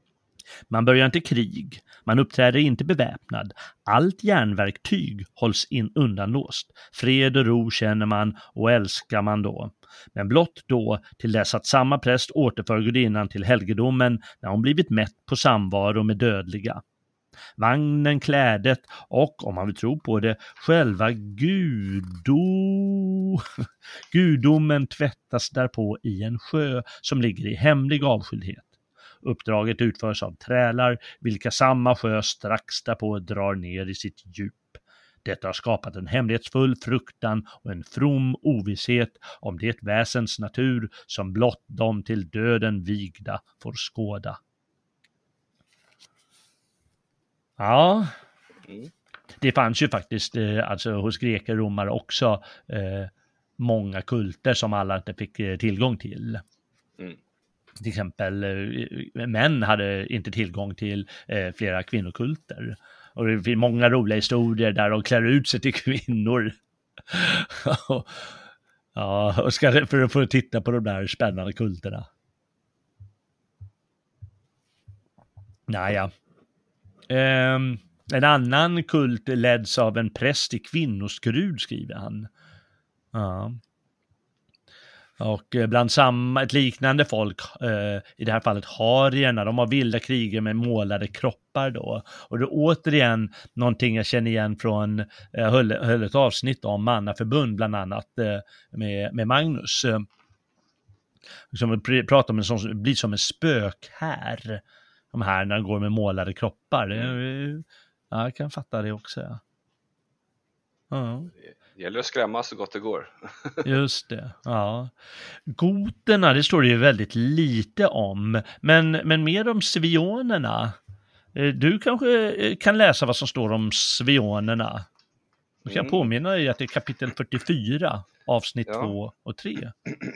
Man börjar inte krig, man uppträder inte beväpnad. Allt järnverktyg hålls in undanlåst. Fred och ro känner man och älskar man då. Men blott då till dess att samma präst återför gudinnan till helgedomen när hon blivit mätt på samvaro med dödliga. Vagnen, klädet och, om man vill tro på det, själva gudo... gudomen tvättas därpå i en sjö som ligger i hemlig avskildhet. Uppdraget utförs av trälar, vilka samma sjö strax därpå drar ner i sitt djup. Detta har skapat en hemlighetsfull fruktan och en from ovisshet om det väsens natur som blott de till döden vigda får skåda. Ja, det fanns ju faktiskt eh, alltså hos greker och romare också eh, många kulter som alla inte fick eh, tillgång till. Mm. Till exempel eh, män hade inte tillgång till eh, flera kvinnokulter. Och det finns många roliga historier där de klär ut sig till kvinnor. Ja, och ska, för att få titta på de där spännande kulterna. Naja. Um, en annan kult leds av en präst i kvinnoskrud, skriver han. Ja. Och eh, bland samma, ett liknande folk, eh, i det här fallet harierna, de har vilda kriger med målade kroppar då. Och det är återigen någonting jag känner igen från, jag eh, höll, höll ett avsnitt om mannaförbund bland annat eh, med, med Magnus. Eh, som pratar om en sån, blir som en spök här. De här när de går med målade kroppar. Det, mm. Ja, jag kan fatta det också. Ja. Ja. Det gäller att skrämma så gott det går. Just det, ja. Goterna, det står det ju väldigt lite om. Men, men mer om svionerna. Du kanske kan läsa vad som står om svionerna. Du kan mm. påminna dig att det är kapitel fyrtiofyra, avsnitt ja. två och tre.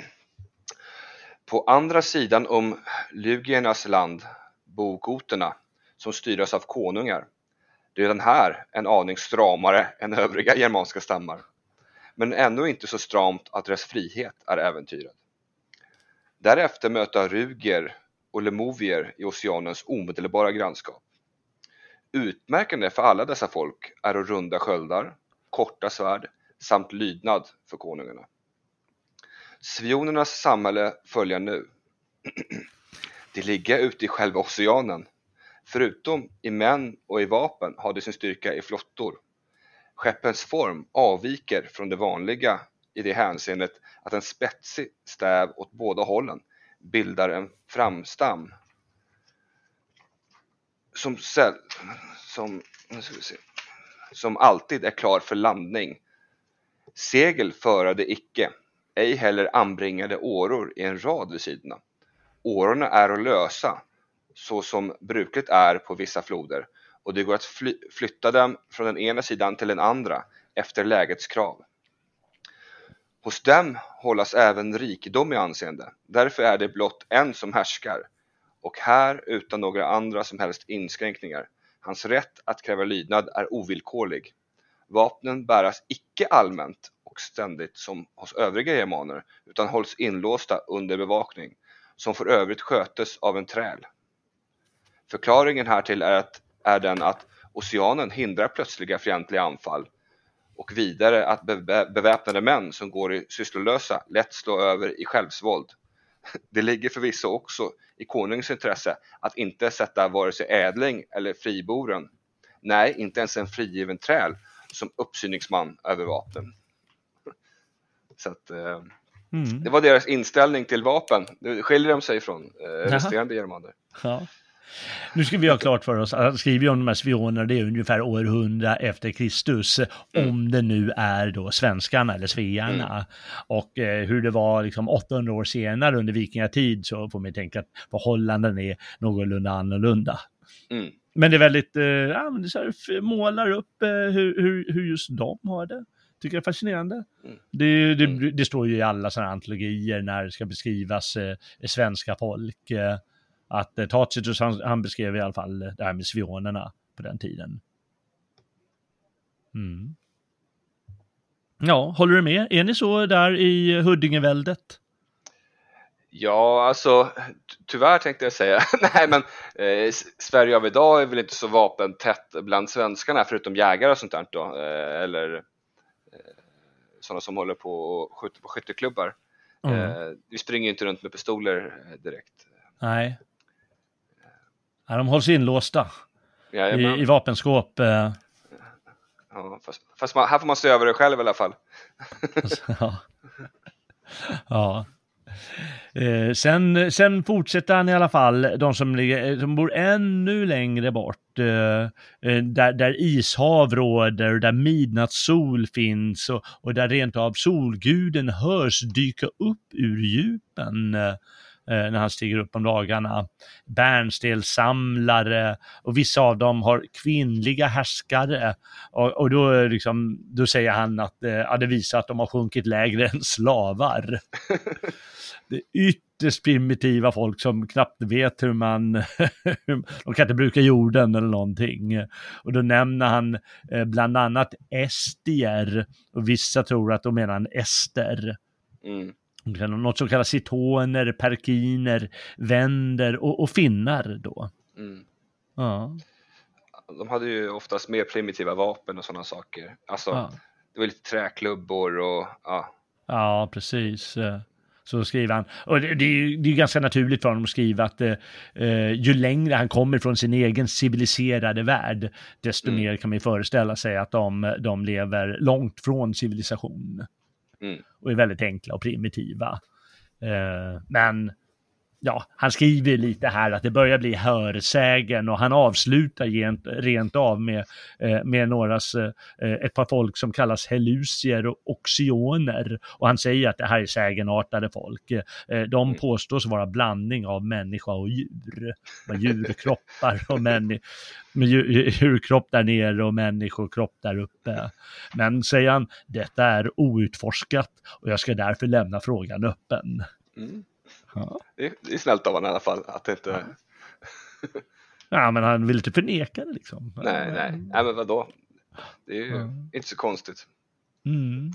På andra sidan om Lugiernas land bor goterna, som styrs av konungar. Redan här en aning stramare än övriga germanska stammar, men ännu inte så stramt att deras frihet är äventyrad. Därefter möter Rugier och Lemovier i Oceanens omedelbara grannskap. Utmärkande för alla dessa folk är runda sköldar, korta svärd samt lydnad för konungarna. Svionernas samhälle följer nu. De ligger ute i själva oceanen. Förutom i män och i vapen har de sin styrka i flottor. Skeppens form avviker från det vanliga i det hänseendet att en spetsig stäv åt båda hållen bildar en framstam som, som, som alltid är klar för landning. Segel förade icke, ej heller anbringade åror i en rad vid sidorna. Årorna är att lösa, så som brukligt är på vissa floder, och det går att fly- flytta dem från den ena sidan till den andra efter lägets krav. Hos dem hållas även rikedom i anseende, därför är det blott en som härskar, och här utan några andra som helst inskränkningar. Hans rätt att kräva lydnad är ovillkorlig. Vapnen bäras icke allmänt och ständigt som hos övriga germaner, utan hålls inlåsta under bevakning, som för övrigt skötes av en träl. Förklaringen härtill är, att, är den att oceanen hindrar plötsliga fientliga anfall, och vidare att be- beväpnade män som går i sysslolösa lätt slår över i självsvåld. Det ligger förvisso också i konungens intresse att inte sätta vare sig ädling eller friboren, nej, inte ens en frigiven träl, som uppsyningsman över vapen. Så att, eh, mm. det var deras inställning till vapen. Det skiljer de sig från eh, resterande germaner. Ja. Nu ska vi ha klart för oss att han skriver om de här svionerna, det är ungefär århundra efter Kristus, mm. om det nu är då svenskarna eller svearna. Mm. Och eh, hur det var liksom åttahundra år senare under vikingatid, så får man tänka att förhållanden är någorlunda annorlunda. Mm. Men det är väldigt, eh, ja, men det så här, målar upp eh, hur, hur, hur just de har det. Tycker jag är fascinerande. Mm. Det, det, mm. det står ju i alla sådana antologier när det ska beskrivas eh, svenska folk. Eh, att eh, Tacitus, han, han beskrev i alla fall det här med svionerna på den tiden. Mm. Ja, håller du med? Är ni så där i Huddingeväldet? Ja, alltså tyvärr tänkte jag säga. Nej, men eh, Sverige av idag är väl inte så vapentätt bland svenskarna, förutom jägare och sånt där då. Eh, eller sådana som håller på och skjuter på skytteklubbar. Mm. Eh, vi springer inte runt med pistoler direkt. Nej. Ja, de hålls inlåsta ja, i, i vapenskåp. Eh. Ja, fast, fast man, här får man stå över det själv i alla fall. ja. ja. Eh, sen, sen fortsätter han i alla fall, de som, ligger, som bor ännu längre bort, eh, där, där ishav råder, där midnattssol finns och, och där rent av solguden hörs dyka upp ur djupen eh, när han stiger upp om dagarna. Bärnstelssamlare, och vissa av dem har kvinnliga härskare, och, och då, liksom, då säger han att eh, ja, det visar att de har sjunkit lägre än slavar. Det är ytterst primitiva folk som knappt vet hur man de kan inte bruka jorden eller någonting. Och då nämner han eh, bland annat estier, och vissa tror att de menar en ester. Mm. Något som kallas citoner, perkiner, vänder och, och finnar då. Mm. Ja. De hade ju oftast mer primitiva vapen och sådana saker. Alltså, ja. Det var lite träklubbor och ja. Ja, precis. Så skriver han, och det, det, är, ju, det är ganska naturligt för honom att skriva att eh, ju längre han kommer från sin egen civiliserade värld, desto mm. mer kan man ju föreställa sig att de, de lever långt från civilisation. Mm. Och är väldigt enkla och primitiva. Eh, men ja, han skriver lite här att det börjar bli hörsägen, och han avslutar rent, rent av med, eh, med någras, eh, ett par folk som kallas helusier och oxioner, och han säger att det här är sägenartade folk. Eh, de påstås vara blandning av människa och djur, med djurkroppar och männi- med djurkropp där nere och människokropp där uppe. Men, säger han, detta är outforskat och jag ska därför lämna frågan öppen. Mm. Ja. Det, är, det är snällt av honom i alla fall att det inte... Ja. Ja, men han vill inte förneka det liksom. Nej, nej. Nej, men vadå? Det är ju ja. inte så konstigt. Mm.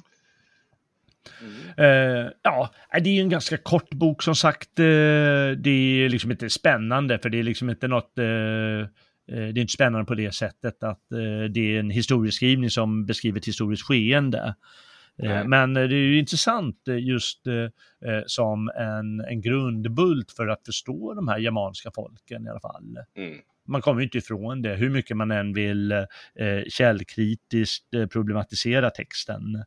Mm. Uh, ja, det är ju en ganska kort bok som sagt. Uh, det är liksom inte spännande, för det är liksom inte något... Uh, det är inte spännande på det sättet att uh, det är en historieskrivning som beskriver ett historiskt skeende. Nej. Men det är ju intressant just eh, som en, en grundbult för att förstå de här germanska folken i alla fall. Mm. Man kommer ju inte ifrån det, hur mycket man än vill eh, källkritiskt eh, problematisera texten.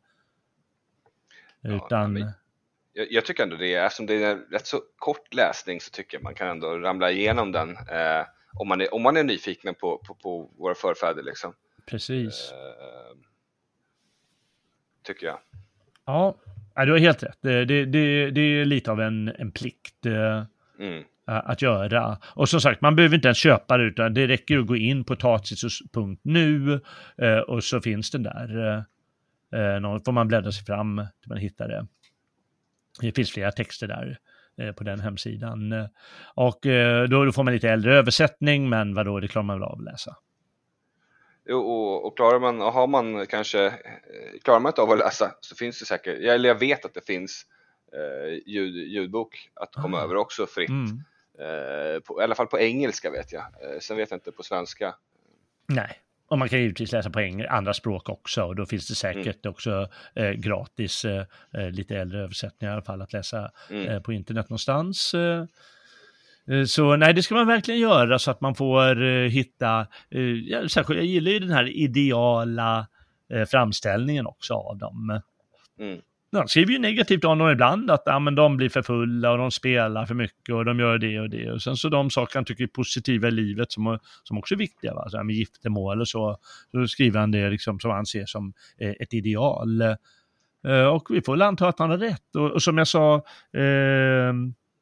Utan... Ja, jag, jag tycker ändå det, eftersom det är en rätt så kort läsning, så tycker jag man kan ändå ramla igenom den eh, om, man är, om man är nyfiken på, på, på våra förfäder liksom. Precis. Eh, tycker jag. Ja, du har helt rätt. Det, det, det, det är lite av en, en plikt mm. att göra. Och som sagt, man behöver inte ens köpa det, utan det räcker att gå in på tacitus punkt nu och så finns den där. Någon får man bläddra sig fram till man hittar det. Det finns flera texter där på den hemsidan. Och då, då får man lite äldre översättning, men vadå, det klarar man väl av att läsa. Och, och klarar man, och har man kanske klarar man inte av att läsa, så finns det säkert, eller jag vet att det finns eh, ljud, ljudbok att komma ah. över också fritt. Mm. Eh, på, i alla fall på engelska vet jag. Eh, sen vet jag inte på svenska. Nej, och man kan givetvis läsa på eng- andra språk också, och då finns det säkert mm. också eh, gratis eh, lite äldre översättningar i alla fall att läsa mm. eh, på internet någonstans. Eh, Så nej, det ska man verkligen göra så att man får uh, hitta, uh, jag, särskilt, jag gillar ju den här ideala uh, framställningen också av dem. Mm. De skriver ju negativt om dem ibland, att ja, men de blir för fulla och de spelar för mycket och de gör det och det. Och sen så de sakerna tycker jag är positiva i livet som, som också är viktiga, va? Så här med giftermål och så, så skriver han det liksom som han ser som uh, ett ideal. Uh, och vi får väl anta att han har rätt. Och, och som jag sa... Uh,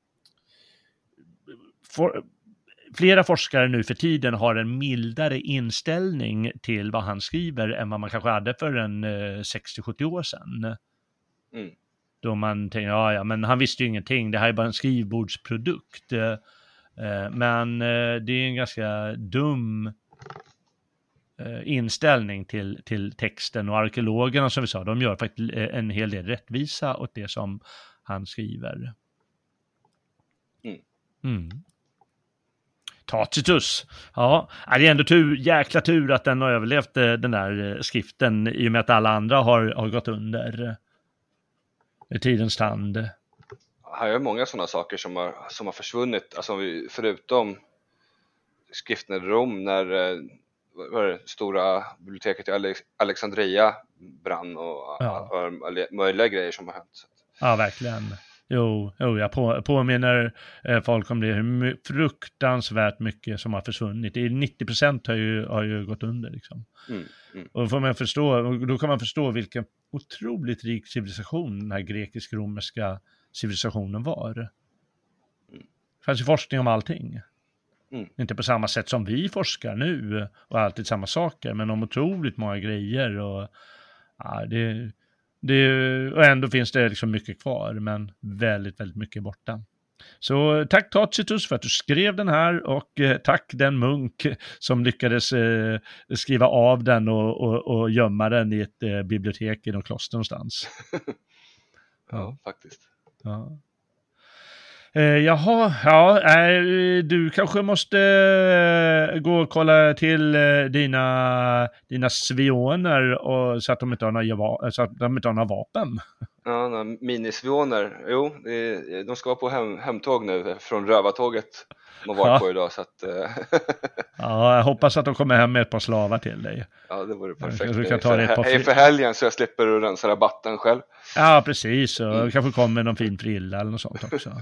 For, flera forskare nu för tiden har en mildare inställning till vad han skriver än vad man kanske hade för en eh, sextio sjuttio år sedan. Mm. Då man tänker, ja, ja, men han visste ju ingenting, det här är bara en skrivbordsprodukt. Eh, men eh, det är en ganska dum eh, inställning till, till texten, och arkeologerna som vi sa, de gör faktiskt en hel del rättvisa åt det som han skriver. Mm. Mm. Tacitus. Ja, det är ändå tur, jäkla tur att den har överlevt den där skriften, i och med att alla andra har, har gått under i tidens tand. Här är många sådana saker som har, som har försvunnit, alltså förutom skriften i Rom när var det stora biblioteket i Alex- Alexandria brann och ja. möjliga grejer som har hänt. Ja, verkligen. Jo, jo, jag på, påminner eh, folk om det, hur fruktansvärt mycket som har försvunnit. Det är nittio procent har ju, har ju gått under liksom. Mm, mm. Och får man förstå, då kan man förstå vilken otroligt rik civilisation den här grekisk-romerska civilisationen var. Mm. Det fanns ju forskning om allting. Mm. Inte på samma sätt som vi forskar nu och alltid samma saker, men om otroligt många grejer, och ja, det Det, och ändå finns det liksom mycket kvar, men väldigt, väldigt mycket borta. Så tack Tacitus för att du skrev den här, och eh, tack den munk som lyckades eh, skriva av den och, och, och gömma den i ett eh, bibliotek i något kloster någonstans. Ja, ja, faktiskt. Ja. Eh, jaha, ja, eh, du kanske måste eh, gå och kolla till eh, dina, dina svioner och, så, att de inte har några, så att de inte har några vapen. Ja, några minisvåner. Jo, det- de ska vara på hem, hemtåg nu från Rövartåget de har varit Ja. på idag. Så att, eh, Ja, jag hoppas att de kommer hem med ett par slavar till dig. ja, det vore Ja, perfekt. du kan ta dig ett par Hej fri- för helgen så jag slipper att rensa rabatten själv. Ja, precis. Och mm. kanske kommer någon fin frilla eller något sånt också.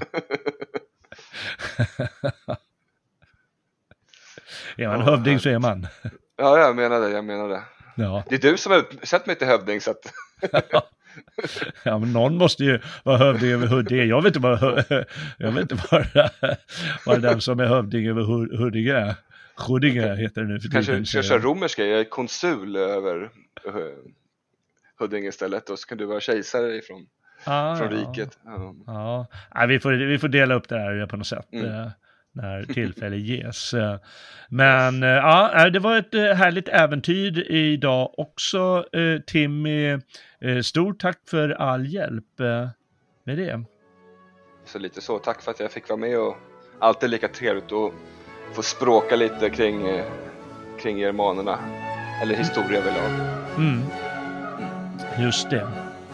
Är man Ja, hövding så är man. Ja, jag menar det, jag menar det. Ja. Det är du som har sett mig till hövding, så att... Ja, men någon måste ju vara hövding över Huddinge. Jag vet inte vad jag vet inte vara vad den som är hövding över Huddinge. Huddinge heter det nu för Kanske tiden. ska jag köra romerska, jag är konsul över Huddinge istället, och så kan du vara kejsare ifrån ah, från ja. riket. Ja. Ja, ja vi, får, vi får dela upp det här på något sätt. Mm. När tillfälle ges. Men ja, det var ett härligt äventyr idag också, Timmy. Stort tack för all hjälp med det. Så lite så, tack för att jag fick vara med, och alltid lika trevligt att få språka lite kring, kring germanerna, eller historia överlag. Mm. Just det.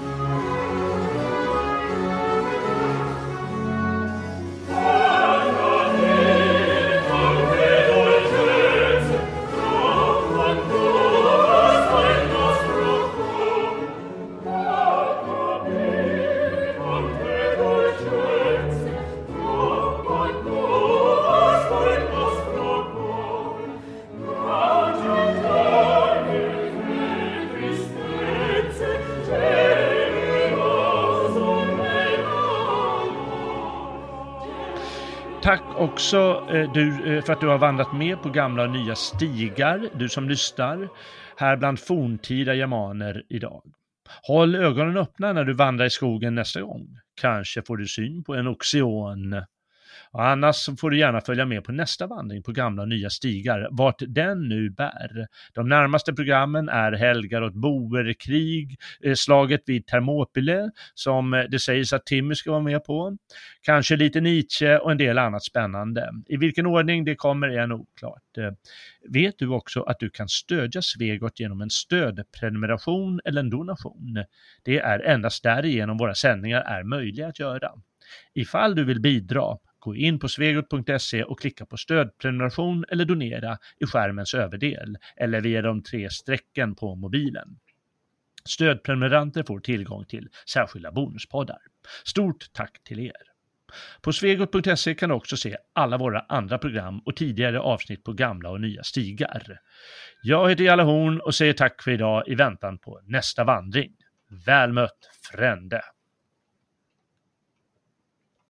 Tack också eh, du, eh, för att du har vandrat med på gamla och nya stigar, du som lyssnar, här bland forntida germaner idag. Håll ögonen öppna när du vandrar i skogen nästa gång. Kanske får du syn på en oxeon. Och annars får du gärna följa med på nästa vandring på gamla och nya stigar, vart den nu bär. De närmaste programmen är Helgar åt Boerkrig, slaget vid Thermopyle, som det sägs att Timmy ska vara med på. Kanske lite Nietzsche och en del annat spännande. I vilken ordning det kommer är nog oklart. Vet du också att du kan stödja Svegot genom en stödprenumeration eller en donation? Det är endast därigenom våra sändningar är möjliga att göra. Ifall du vill bidra, gå in på svegot punkt se och klicka på stödprenumeration eller donera i skärmens överdel eller via de tre strecken på mobilen. Stödprenumeranter får tillgång till särskilda bonuspoddar. Stort tack till er! På svegot punkt se kan du också se alla våra andra program och tidigare avsnitt på gamla och nya stigar. Jag heter Jalle Horn och säger tack för idag i väntan på nästa vandring. Väl mött, frände!